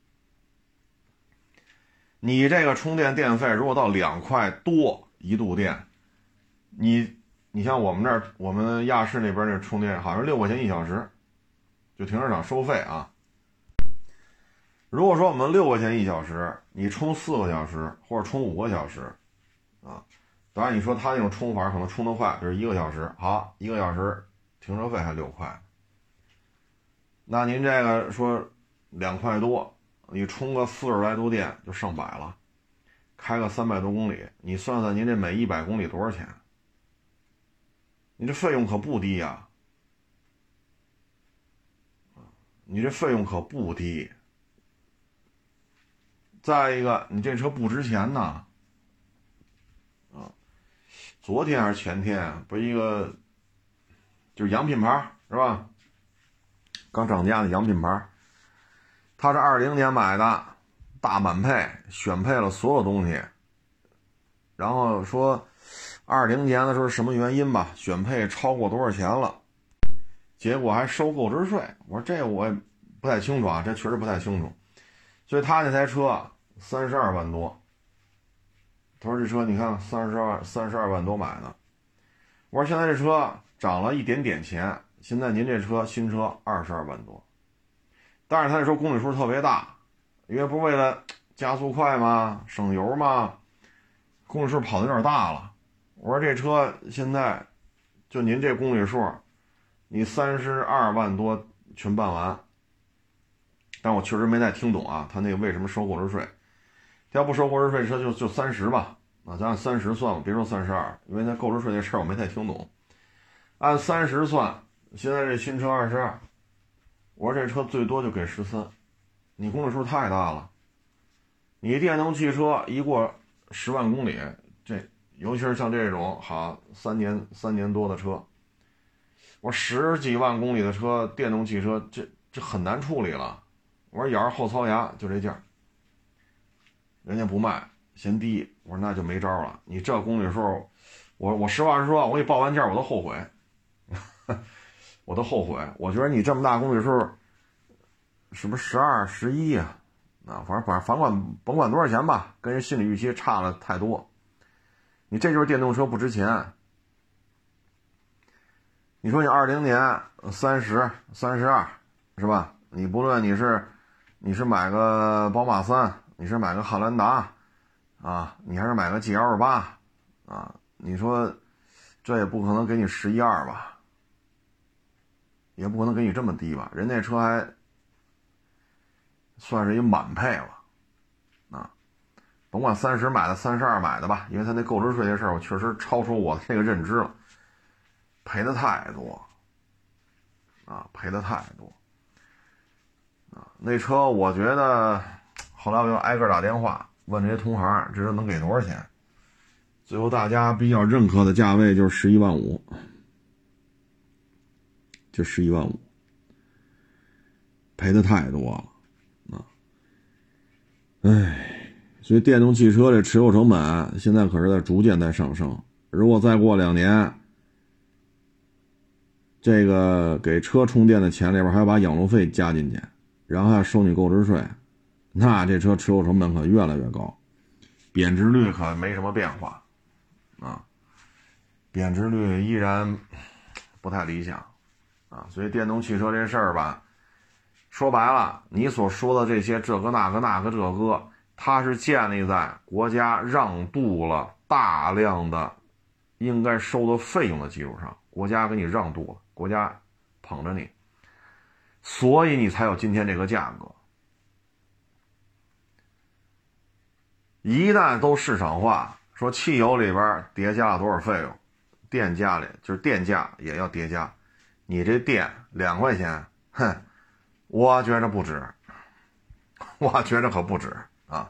你这个充电电费如果到两块多一度电，你你像我们这儿，我们亚市那边那充电好像六块钱一小时，就停车场收费啊。如果说我们六块钱一小时，你充四个小时或者充五个小时啊，当然你说他那种充法可能充得快，就是一个小时，好，一个小时停车费还六块，那您这个说两块多，你充个四十来度电就上百了，开个三百多公里，你算算您这每一百公里多少钱？ 你这费用可不低呀、啊，你这费用可不低。再一个，你这车不值钱呐，啊，昨天还是前天，不是一个就是洋品牌是吧？刚涨价的洋品牌，他是二零年买的，大满配，选配了所有东西，然后说二零年的时候什么原因吧，选配超过多少钱了，结果还收购置税。我说这我也不太清楚啊，这确实不太清楚。所以他那台车三十二万多，他说这车你看三十二三十二万多买的。我说现在这车涨了一点点钱，现在您这车新车二十二万多，但是他那时候公里数特别大，因为不是为了加速快吗？省油吗？公里数跑的有点大了。我说这车现在就您这公里数，你三十二万多全办完。但我确实没太听懂啊，他那个为什么收购置税？他要不收购置税，车就就三十吧，啊，咱按三十算吧，别说三十二，因为那购置税这事儿我没太听懂。按三十算，现在这新车二十二，我说这车最多就给十三，你公里数太大了。你电动汽车一过十万公里，这尤其是像这种好三年三年多的车，我十几万公里的车，电动汽车这这很难处理了。我说咬着后槽牙就这价，人家不卖嫌低，我说那就没招了。你这公里数，我我实话实说，我给你报完价我都后悔，我都后悔。我觉得你这么大公里数，是不是十二十一啊？啊，反正反正甭管甭管多少钱吧，跟人心理预期差了太多。你这就是电动车不值钱。你说你二零年三十三十二是吧？你不论你是你是买个宝马三，你是买个汉兰达啊，你还是买个 G L 八啊，你说这也不可能给你十一二吧，也不可能给你这么低吧，人那车还算是一满配了啊，甭管三十买的三十二买的吧，因为他那购置税这事儿我确实超出我的这个认知了，赔的太多啊，赔的太多啊！那车我觉得后来我就挨个打电话问这些同行，这车能给多少钱？最后大家比较认可的价位就是十一万五，就十一万五，赔的太多了啊！唉，所以电动汽车这持有成本现在可是在逐渐在上升。如果再过两年，这个给车充电的钱里边还要把养路费加进去，然后还要收你购置税，那这车持有成本可越来越高，贬值率可没什么变化啊，贬值率依然不太理想啊。所以电动汽车这事儿吧，说白了，你所说的这些这个那个那个这个，它是建立在国家让渡了大量的应该收的费用的基础上，国家给你让渡了，国家捧着你，所以你才有今天这个价格。一旦都市场化，说汽油里边叠加了多少费用，电价里就是电价也要叠加，你这电两块钱，哼，我觉着不值，我觉着可不值啊。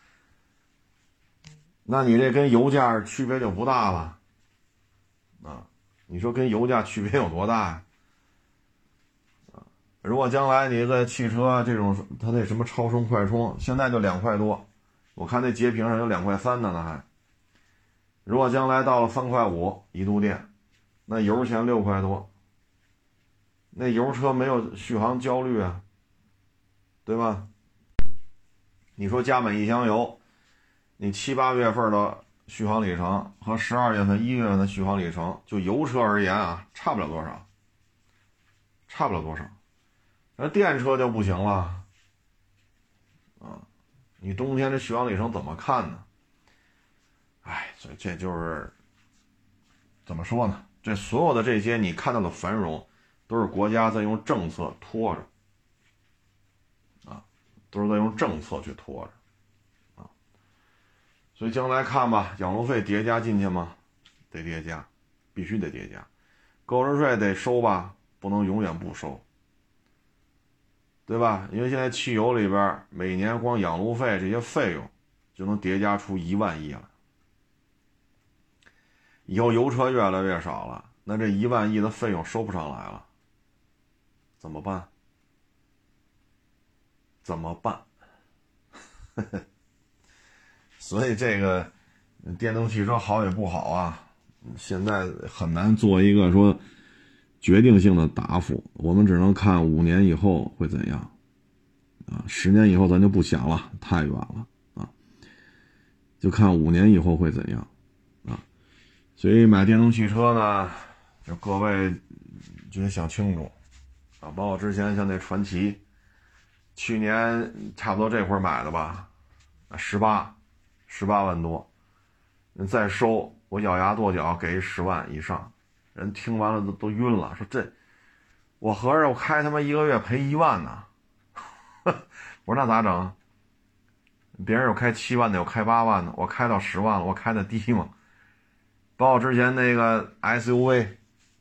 那你这跟油价区别就不大了啊。你说跟油价区别有多大呀？啊，如果将来你这个汽车这种它那什么超充快充，现在就两块多，我看那截屏上有两块三的呢还。如果将来到了三块五一度电，那油钱六块多，那油车没有续航焦虑啊，对吧？你说加满一箱油，你七八月份的续航里程和十二月份一月份的续航里程，就油车而言啊，差不了多少，差不了多少。那电车就不行了啊，你冬天这续航里程怎么看呢？哎，所以这就是怎么说呢，这所有的这些你看到的繁荣都是国家在用政策拖着啊，都是在用政策去拖着啊。所以将来看吧，养路费叠加进去吗？得叠加，必须得叠加。 购置税得收吧，不能永远不收，对吧？因为现在汽油里边每年光养路费这些费用就能叠加出一万亿来，以后油车越来越少了，那这一万亿的费用收不上来了，怎么办？怎么办？所以这个电动汽车好也不好啊，现在很难做一个说决定性的答复，我们只能看五年以后会怎样啊，十年以后咱就不想了，太远了啊，就看五年以后会怎样啊。所以买电动汽车呢，就各位就得想清楚啊，包括之前像那传祺，去年差不多这会儿买的吧，十八十八万多，人再收我咬牙跺脚给十万以上，人听完了都都晕了，说这我合着我开他妈一个月赔一万呢，我说那咋整？别人有开七万的，有开八万的，我开到十万了，我开的低吗？包括之前那个 S U V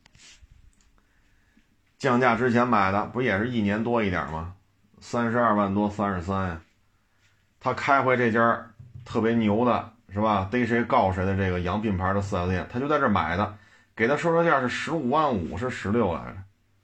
降价之前买的，不也是一年多一点吗？三十二万多，三十三呀。他开回这家特别牛的是吧？逮谁告谁的这个洋品牌的 四 S 店，他就在这买的，给他收车价是十五万五，是十六来着。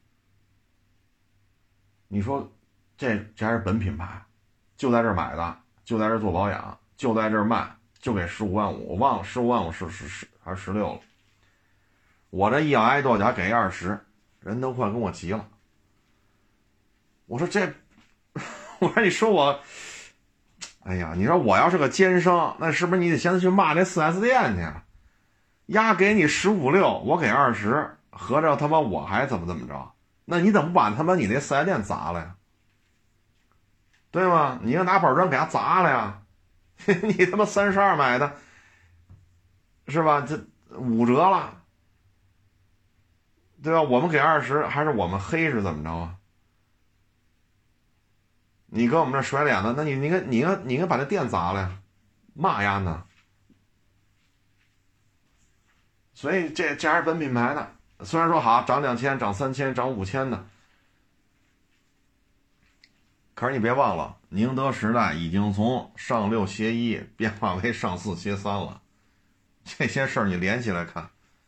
你说这这还是本品牌，就在这买的，就在这做保养，就在这卖，就给十五万五，我忘了十五万五是是是还是十六了。我这一咬牙一跺脚给二十，人都快跟我急了。我说这，我说你说我。哎呀，你说我要是个奸商，那是不是你得先去骂这 四 S 店去？丫给你十五六，我给二十，合着他妈我还怎么怎么着？那你怎么不把他妈你那 四 S 店砸了呀？对吗？你要拿板砖给他砸了呀？你他妈三十二买的，是吧？这五折了，对吧？我们给二十，还是我们黑是怎么着啊？你跟我们这甩脸子，那你你应该你应该你应该把这店砸了呀，嘛呀呢？所以这这还是本品牌的，虽然说好涨两千、涨三千、涨五千的，可是你别忘了，宁德时代已经从上六歇一变化为上四歇三了，这些事儿你连起来看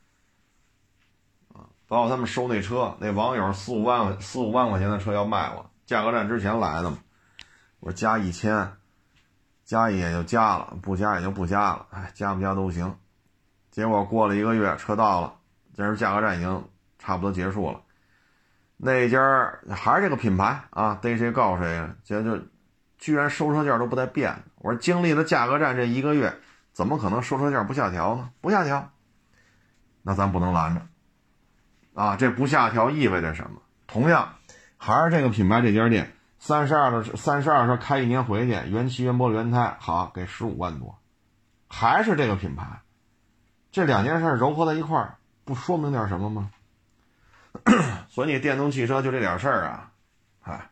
啊，包括他们收那车，那网友四五万四五万块钱的车要卖我，价格战之前来的嘛。我说加一千，加也就加了，不加也就不加了，哎，加不加都行。结果过了一个月，车到了，这时候价格战已经差不多结束了。那家还是这个品牌啊，逮谁告谁，这就居然收车价都不带变。我说经历了价格战这一个月，怎么可能收车价不下调呢？不下调，那咱不能拦着啊！这不下调意味着什么？同样，还是这个品牌这家店。三十二的三十二车开一年回去，原漆原玻璃原胎，好给十五万多，还是这个品牌，这两件事糅合在一块儿，不说明点什么吗？所以你电动汽车就这点事儿啊，哎，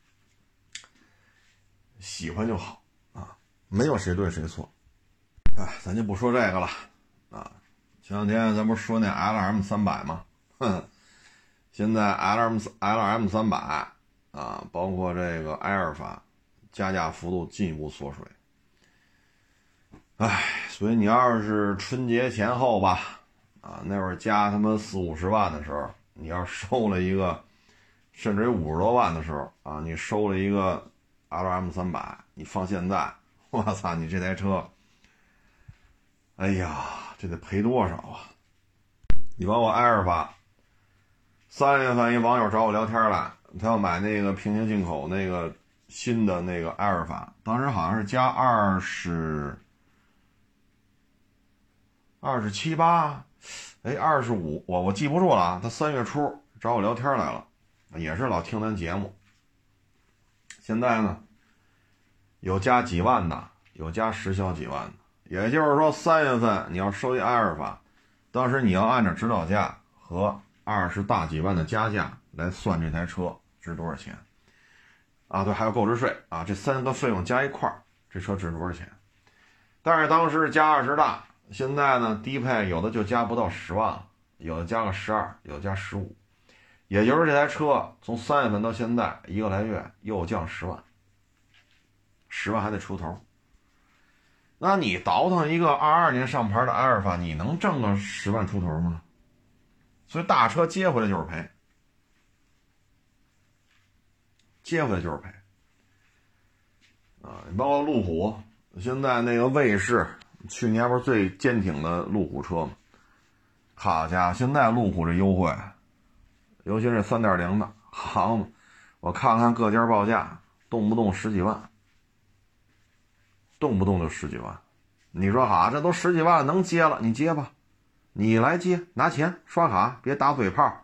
喜欢就好啊，没有谁对谁错，哎，咱就不说这个了啊。前两天咱不是说那 L M 三百吗？哼，现在 L M L M 三百。啊，包括这个埃尔法加价幅度进一步缩水，唉，所以你要是春节前后吧，啊，那会儿加他妈四五十万的时候，你要收了一个，甚至于五十多万的时候啊，你收了一个 L M 三百，你放现在，我操，你这台车，哎呀，这得赔多少啊？你包括埃尔法，三月份一网友找我聊天来。他要买那个平行进口那个新的那个埃尔法，当时好像是加二十二十七八，哎，二十五，我我记不住了啊。他三月初找我聊天来了，也是老听咱节目。现在呢，有加几万的，有加时销几万的，也就是说三月份你要收一埃尔法，当时你要按照指导价和二十大几万的加价来算这台车值多少钱啊？对，还有购置税啊，这三个费用加一块儿，这车值多少钱？但是当时加二十大，现在呢低配有的就加不到十万了， 有的加个十二，有的加十五，也就是这台车从三月份到现在一个来月又降十万，十万还得出头。那你倒腾一个二二年上牌的阿尔法，你能挣个十万出头吗？所以大车接回来就是赔，接回来就是赔啊！你包括路虎，现在那个卫士，去年不是最坚挺的路虎车吗？好家伙，现在路虎这优惠，尤其是 三点零 的，好嘛，我看看各家报价，动不动十几万，动不动就十几万。你说好，这都十几万能接了，你接吧，你来接，拿钱刷卡，别打嘴炮，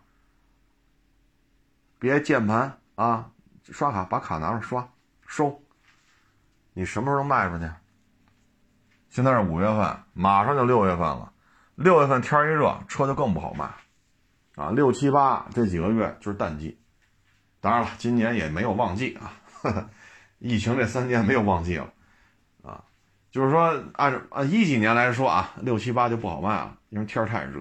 别键盘啊，刷卡把卡拿着刷收。你什么时候能卖出去？现在是五月份，马上就六月份了。六月份天一热，车就更不好卖啊。六七八这几个月就是淡季，当然了，今年也没有旺季啊，呵呵，疫情这三年没有旺季了啊。就是说按按一几年来说啊，六七八就不好卖了，因为天太热。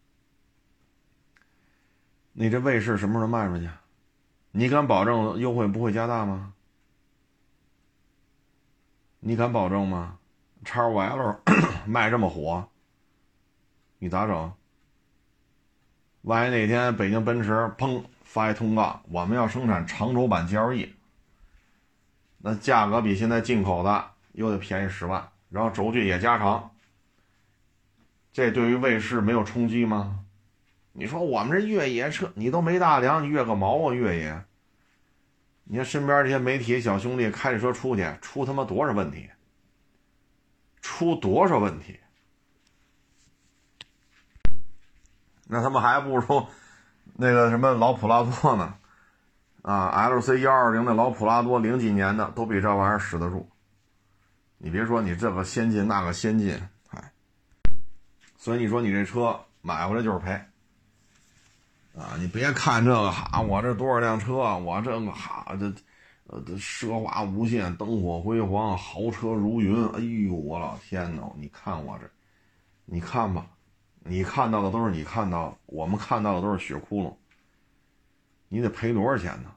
你这卫士什么时候卖出去？你敢保证优惠不会加大吗？你敢保证吗？ X五 L 卖这么火，你咋整？万一哪天北京奔驰砰发一通告，我们要生产长轴版 G L E， 那价格比现在进口的又得便宜十万，然后轴距也加长，这对于卫士没有冲击吗？你说我们这越野车，你都没大梁，越个毛啊越野！你看身边这些媒体小兄弟开着车出去，出他妈多少问题？出多少问题？那他们还不如那个什么老普拉多呢？啊 ，L C 一二零的老普拉多，零几年的都比这玩意儿使得住。你别说你这个先进那个先进，哎，所以你说你这车买回来就是赔啊！你别看这个哈，我这多少辆车，我这个哈这。呃，奢华无限，灯火辉煌，豪车如云。哎呦，我老天哪！你看我这，你看吧，你看到的都是你看到的，我们看到的都是血窟窿。你得赔多少钱呢？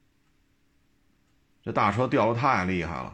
这大车掉的太厉害了。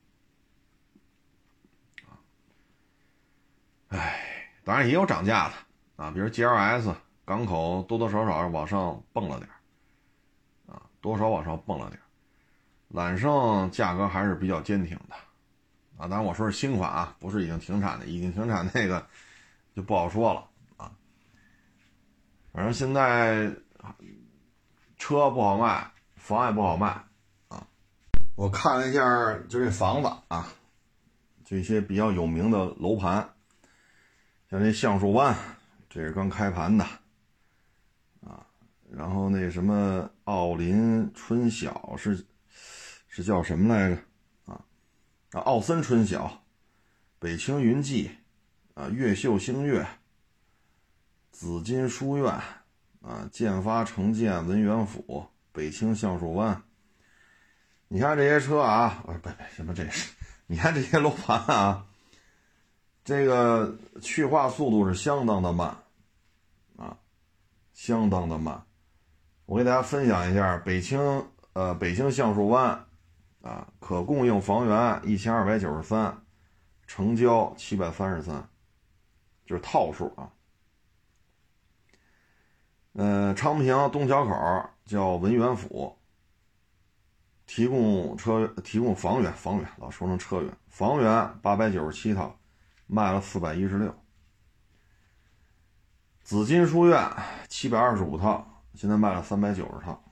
哎，当然也有涨价的啊，比如 G L S 港口多多少少往上蹦了点啊，多少往上蹦了点。揽胜价格还是比较坚挺的啊，当然我说是新款啊，不是已经停产的，已经停产那个就不好说了啊。反正现在车不好卖，房也不好卖啊。我看了一下，就这房子啊，就一些比较有名的楼盘，像这橡树湾，这是刚开盘的啊。然后那什么奥林春晓是。是叫什么来着啊？啊，奥森春晓、北青云记啊、越秀星月、紫金书院啊、建发城建文源府、北青橡树湾。你看这些车啊，不不什么这是？你看这些楼盘啊，这个去化速度是相当的慢啊，相当的慢。我给大家分享一下北青呃北青橡树湾。啊，可供应房源一千二百九十三，成交七百三十三，就是套数啊。呃，昌平东桥口叫文源府，提供车提供房源，房源老说成车源，房源八百九十七套，卖了四百一十六。紫金书院七百二十五套，现在卖了三百九十套。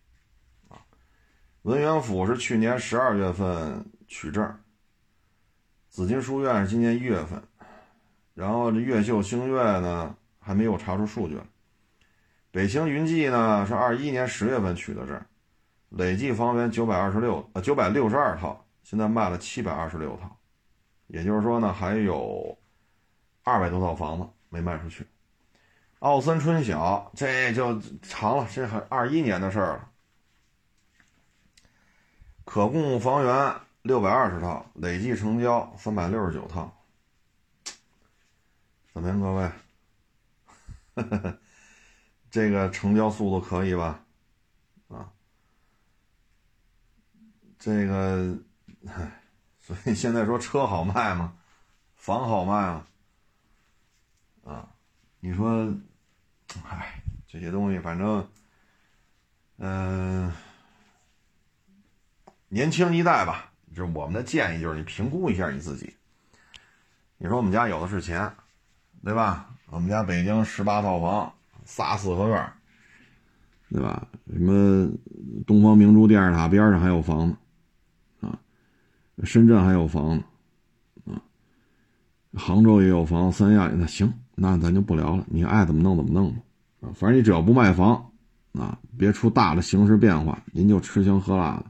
文源府是去年十二月份取证，紫金书院是今年一月份，然后这越秀星月呢还没有查出数据来。北青云记呢是二一年十月份取的证，累计房源九百二十六呃九百六十二套，现在卖了七百二十六套，也就是说呢还有二百多套房子没卖出去。奥森春晓这就长了，这还二一年的事儿了。可供房源六百二十套，累计成交三百六十九套。怎么样，各位？ 呵呵，这个成交速度可以吧？啊，这个，唉，所以现在说车好卖吗？房好卖吗？啊，你说，唉，这些东西反正，嗯、呃，年轻一代吧，就是我们的建议就是你评估一下你自己。你说我们家有的是钱，对吧？我们家北京十八套房，仨四合院，对吧？什么东方明珠电视塔边上还有房子啊，深圳还有房子啊，杭州也有房，三亚那行，那咱就不聊了，你爱怎么弄怎么弄吧啊，反正你只要不卖房啊，别出大的形势变化，您就吃香喝辣的。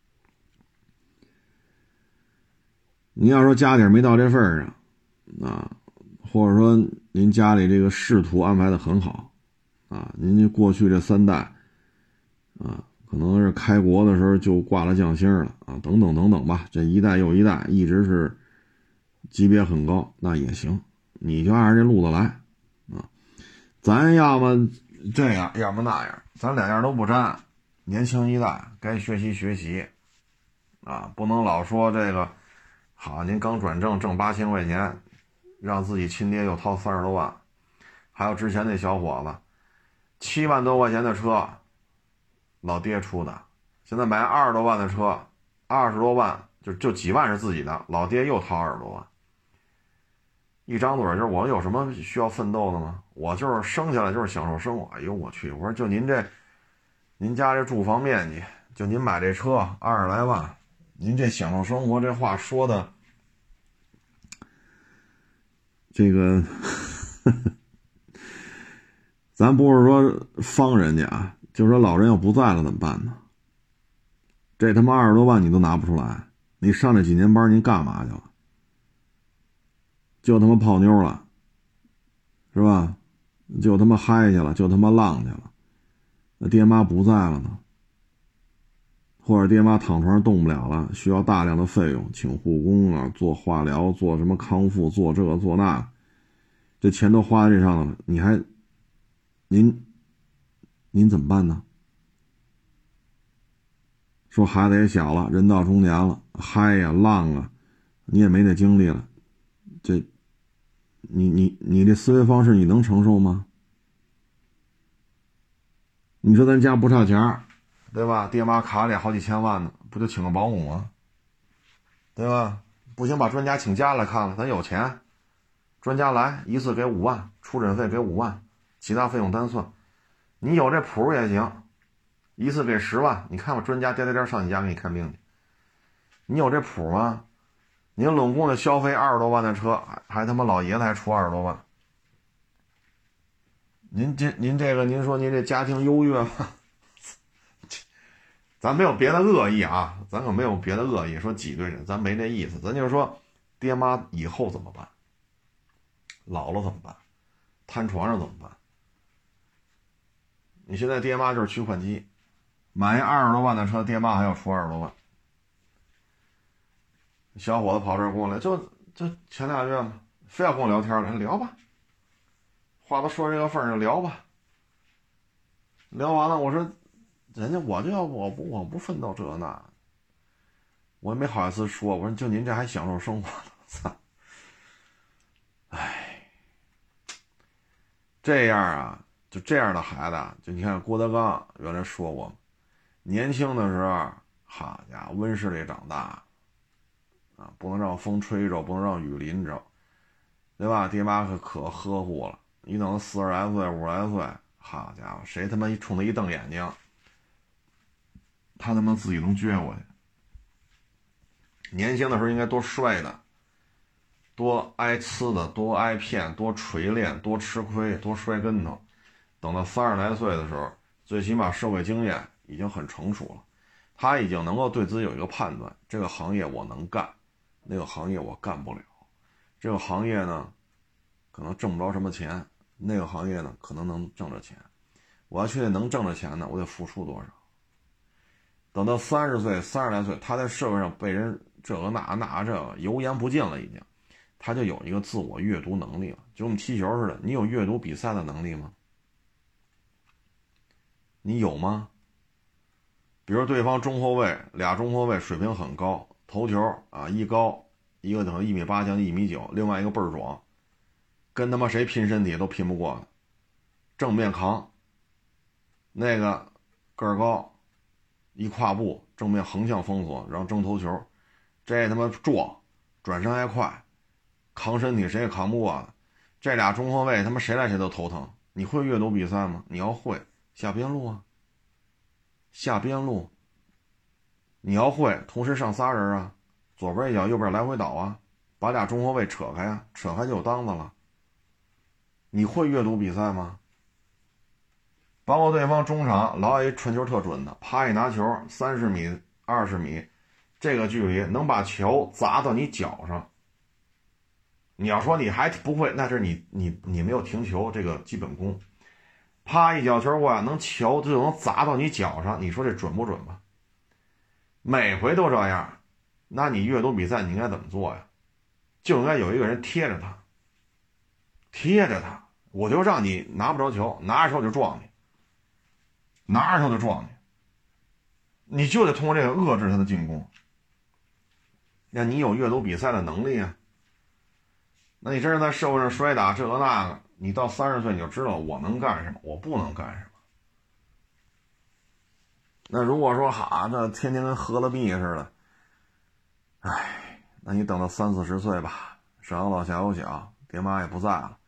您要说家底没到这份上啊，或者说您家里这个仕途安排的很好啊，您这过去这三代啊，可能是开国的时候就挂了将星了啊，等等等等吧，这一代又一代一直是级别很高，那也行，你就按着这路子来啊。咱要么这样，要么那样，咱两样都不沾。年轻一代该学习学习啊，不能老说这个好，您刚转正挣八千块钱，让自己亲爹又掏三十多万。还有之前那小伙子，七万多块钱的车，老爹出的，现在买二十多万的车，二十多万就就几万是自己的，老爹又掏二十多万。一张嘴就是我有什么需要奋斗的吗？我就是生下来就是享受生活。哎呦我去！我说就您这，您家这住房面积，就您买这车二十来万，您这享受生活这话说的，这个，呵呵咱不是说方人家啊，就是说老人要不在了怎么办呢？这他妈二十多万你都拿不出来，你上这几年班您干嘛去了？就他妈泡妞了，是吧？就他妈嗨去了，就他妈浪去了。那爹妈不在了呢，或者爹妈躺床上动不了了，需要大量的费用，请护工啊，做化疗，做什么康复，做这个做那，这钱都花在这上了，你还，您，您怎么办呢？说孩子也小了，人到中年了，嗨呀浪啊，你也没那精力了，这，你你你这思维方式你能承受吗？你说咱家不差钱，对吧？爹妈卡里好几千万呢，不就请个保姆吗？对吧？不行，把专家请家来看了，咱有钱，专家来一次给五万，出诊费给五万，其他费用单算。你有这谱也行，一次给十万，你看吧，专家颠颠颠上你家给你看病去。你有这谱吗？您拢共的消费二十多万的车，还还他妈老爷子还出二十多万。您这您这个您说您这家庭优越吗？咱没有别的恶意啊，咱可没有别的恶意，说挤兑人，咱没那意思，咱就是说，爹妈以后怎么办？老了怎么办？瘫床上怎么办？你现在爹妈就是取款机，买一二十多万的车，爹妈还要出二十多万。小伙子跑这儿跟我来，就就前俩月嘛，非要跟我聊天了，聊吧，话都说这个份上，聊吧。聊完了，我说，人家我就要我不我不奋斗这那，我也没好意思说，我说就您这还享受生活呢，操！唉，这样啊，就这样的孩子，就你看郭德纲原来说过，年轻的时候，好家伙，温室里长大，啊，不能让风吹着，不能让雨淋着，对吧？爹妈可可呵护了，一等四十来岁、五十来岁，好家伙，谁他妈一冲他一瞪眼睛，他他妈自己能撅过去。年轻的时候应该多摔的，多挨呲的，多挨骗，多锤炼，多吃亏，多摔跟头。等到三十来岁的时候，最起码社会经验已经很成熟了，他已经能够对自己有一个判断，这个行业我能干，那个行业我干不了，这个行业呢可能挣不着什么钱，那个行业呢可能能挣着钱，我要确定能挣着钱呢，我得付出多少。等到三十岁三十来岁，他在社会上被人这个那那这个油盐不进了，已经他就有一个自我阅读能力了，就我们踢球似的，你有阅读比赛的能力吗？你有吗？比如对方中后卫俩中后卫水平很高，头球啊一高，一个等于一米八将近一米九，另外一个倍儿壮，跟他妈谁拼身体都拼不过他，正面扛，那个个儿高，一跨步正面横向封锁，然后争头球，这他妈壮，转身还快，扛身体谁也扛不过了。这俩中后卫他妈谁来谁都头疼。你会阅读比赛吗？你要会下边路啊，下边路。你要会同时上仨人啊，左边一脚右边来回倒啊，把俩中后卫扯开啊，扯开就有当子了。你会阅读比赛吗？包括对方中场老有一传球特准的，啪一拿球三十米二十米这个距离能把球砸到你脚上。你要说你还不会，那是你你你没有停球这个基本功。啪一脚球过来，能球就能砸到你脚上，你说这准不准吧？每回都这样，那你阅读比赛你应该怎么做呀？就应该有一个人贴着他，贴着他，我就让你拿不着球，拿着球就撞你，拿着球就撞你，你就得通过这个遏制他的进攻。那你有阅读比赛的能力啊？那你真是在社会上摔打这个那个，你到三十岁你就知道我能干什么，我不能干什么。那如果说哈，这天天跟喝了蜜似的，哎，那你等到三四十岁吧，上有老下有小，爹妈也不在了，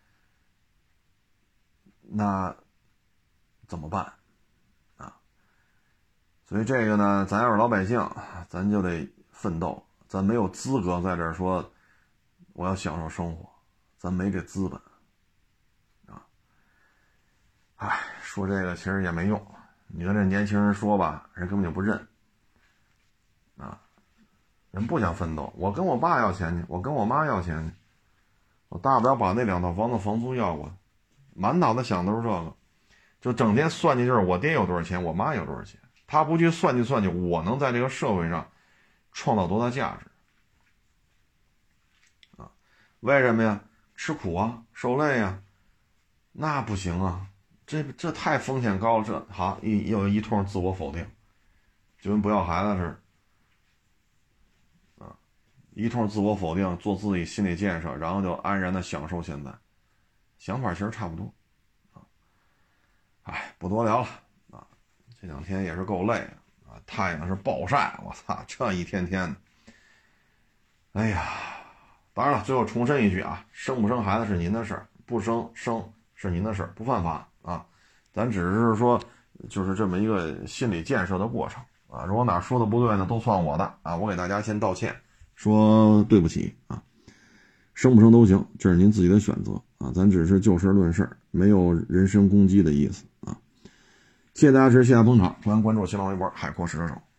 那怎么办啊？所以这个呢，咱要是老百姓，咱就得奋斗，咱没有资格在这儿说我要享受生活，咱没这资本啊。哎，说这个其实也没用，你跟这年轻人说吧，人根本就不认啊，人不想奋斗。我跟我爸要钱去，我跟我妈要钱去，我大不了把那两套房子房租要过来，满脑子想都是这个，就整天算计就是我爹有多少钱，我妈有多少钱，他不去算计算计我能在这个社会上创造多大价值啊？为什么呀？吃苦啊，受累啊，那不行啊，这这太风险高了，这好一有一通自我否定，就跟不要孩子似的啊，一通自我否定，做自己心理建设，然后就安然的享受现在，想法其实差不多啊。哎，不多聊了啊，这两天也是够累的啊，太阳是暴晒，我操，这一天天的，哎呀，当然了，最后重申一句啊，生不生孩子是您的事儿，不生生是您的事儿，不犯法啊，咱只是说就是这么一个心理建设的过程啊，如果哪说的不对呢，都算我的啊，我给大家先道歉，说对不起啊，生不生都行，这是您自己的选择啊，咱只是就事论事，没有人身攻击的意思啊。谢谢大家支持，谢谢捧场，欢迎关注新浪微博海阔试车手。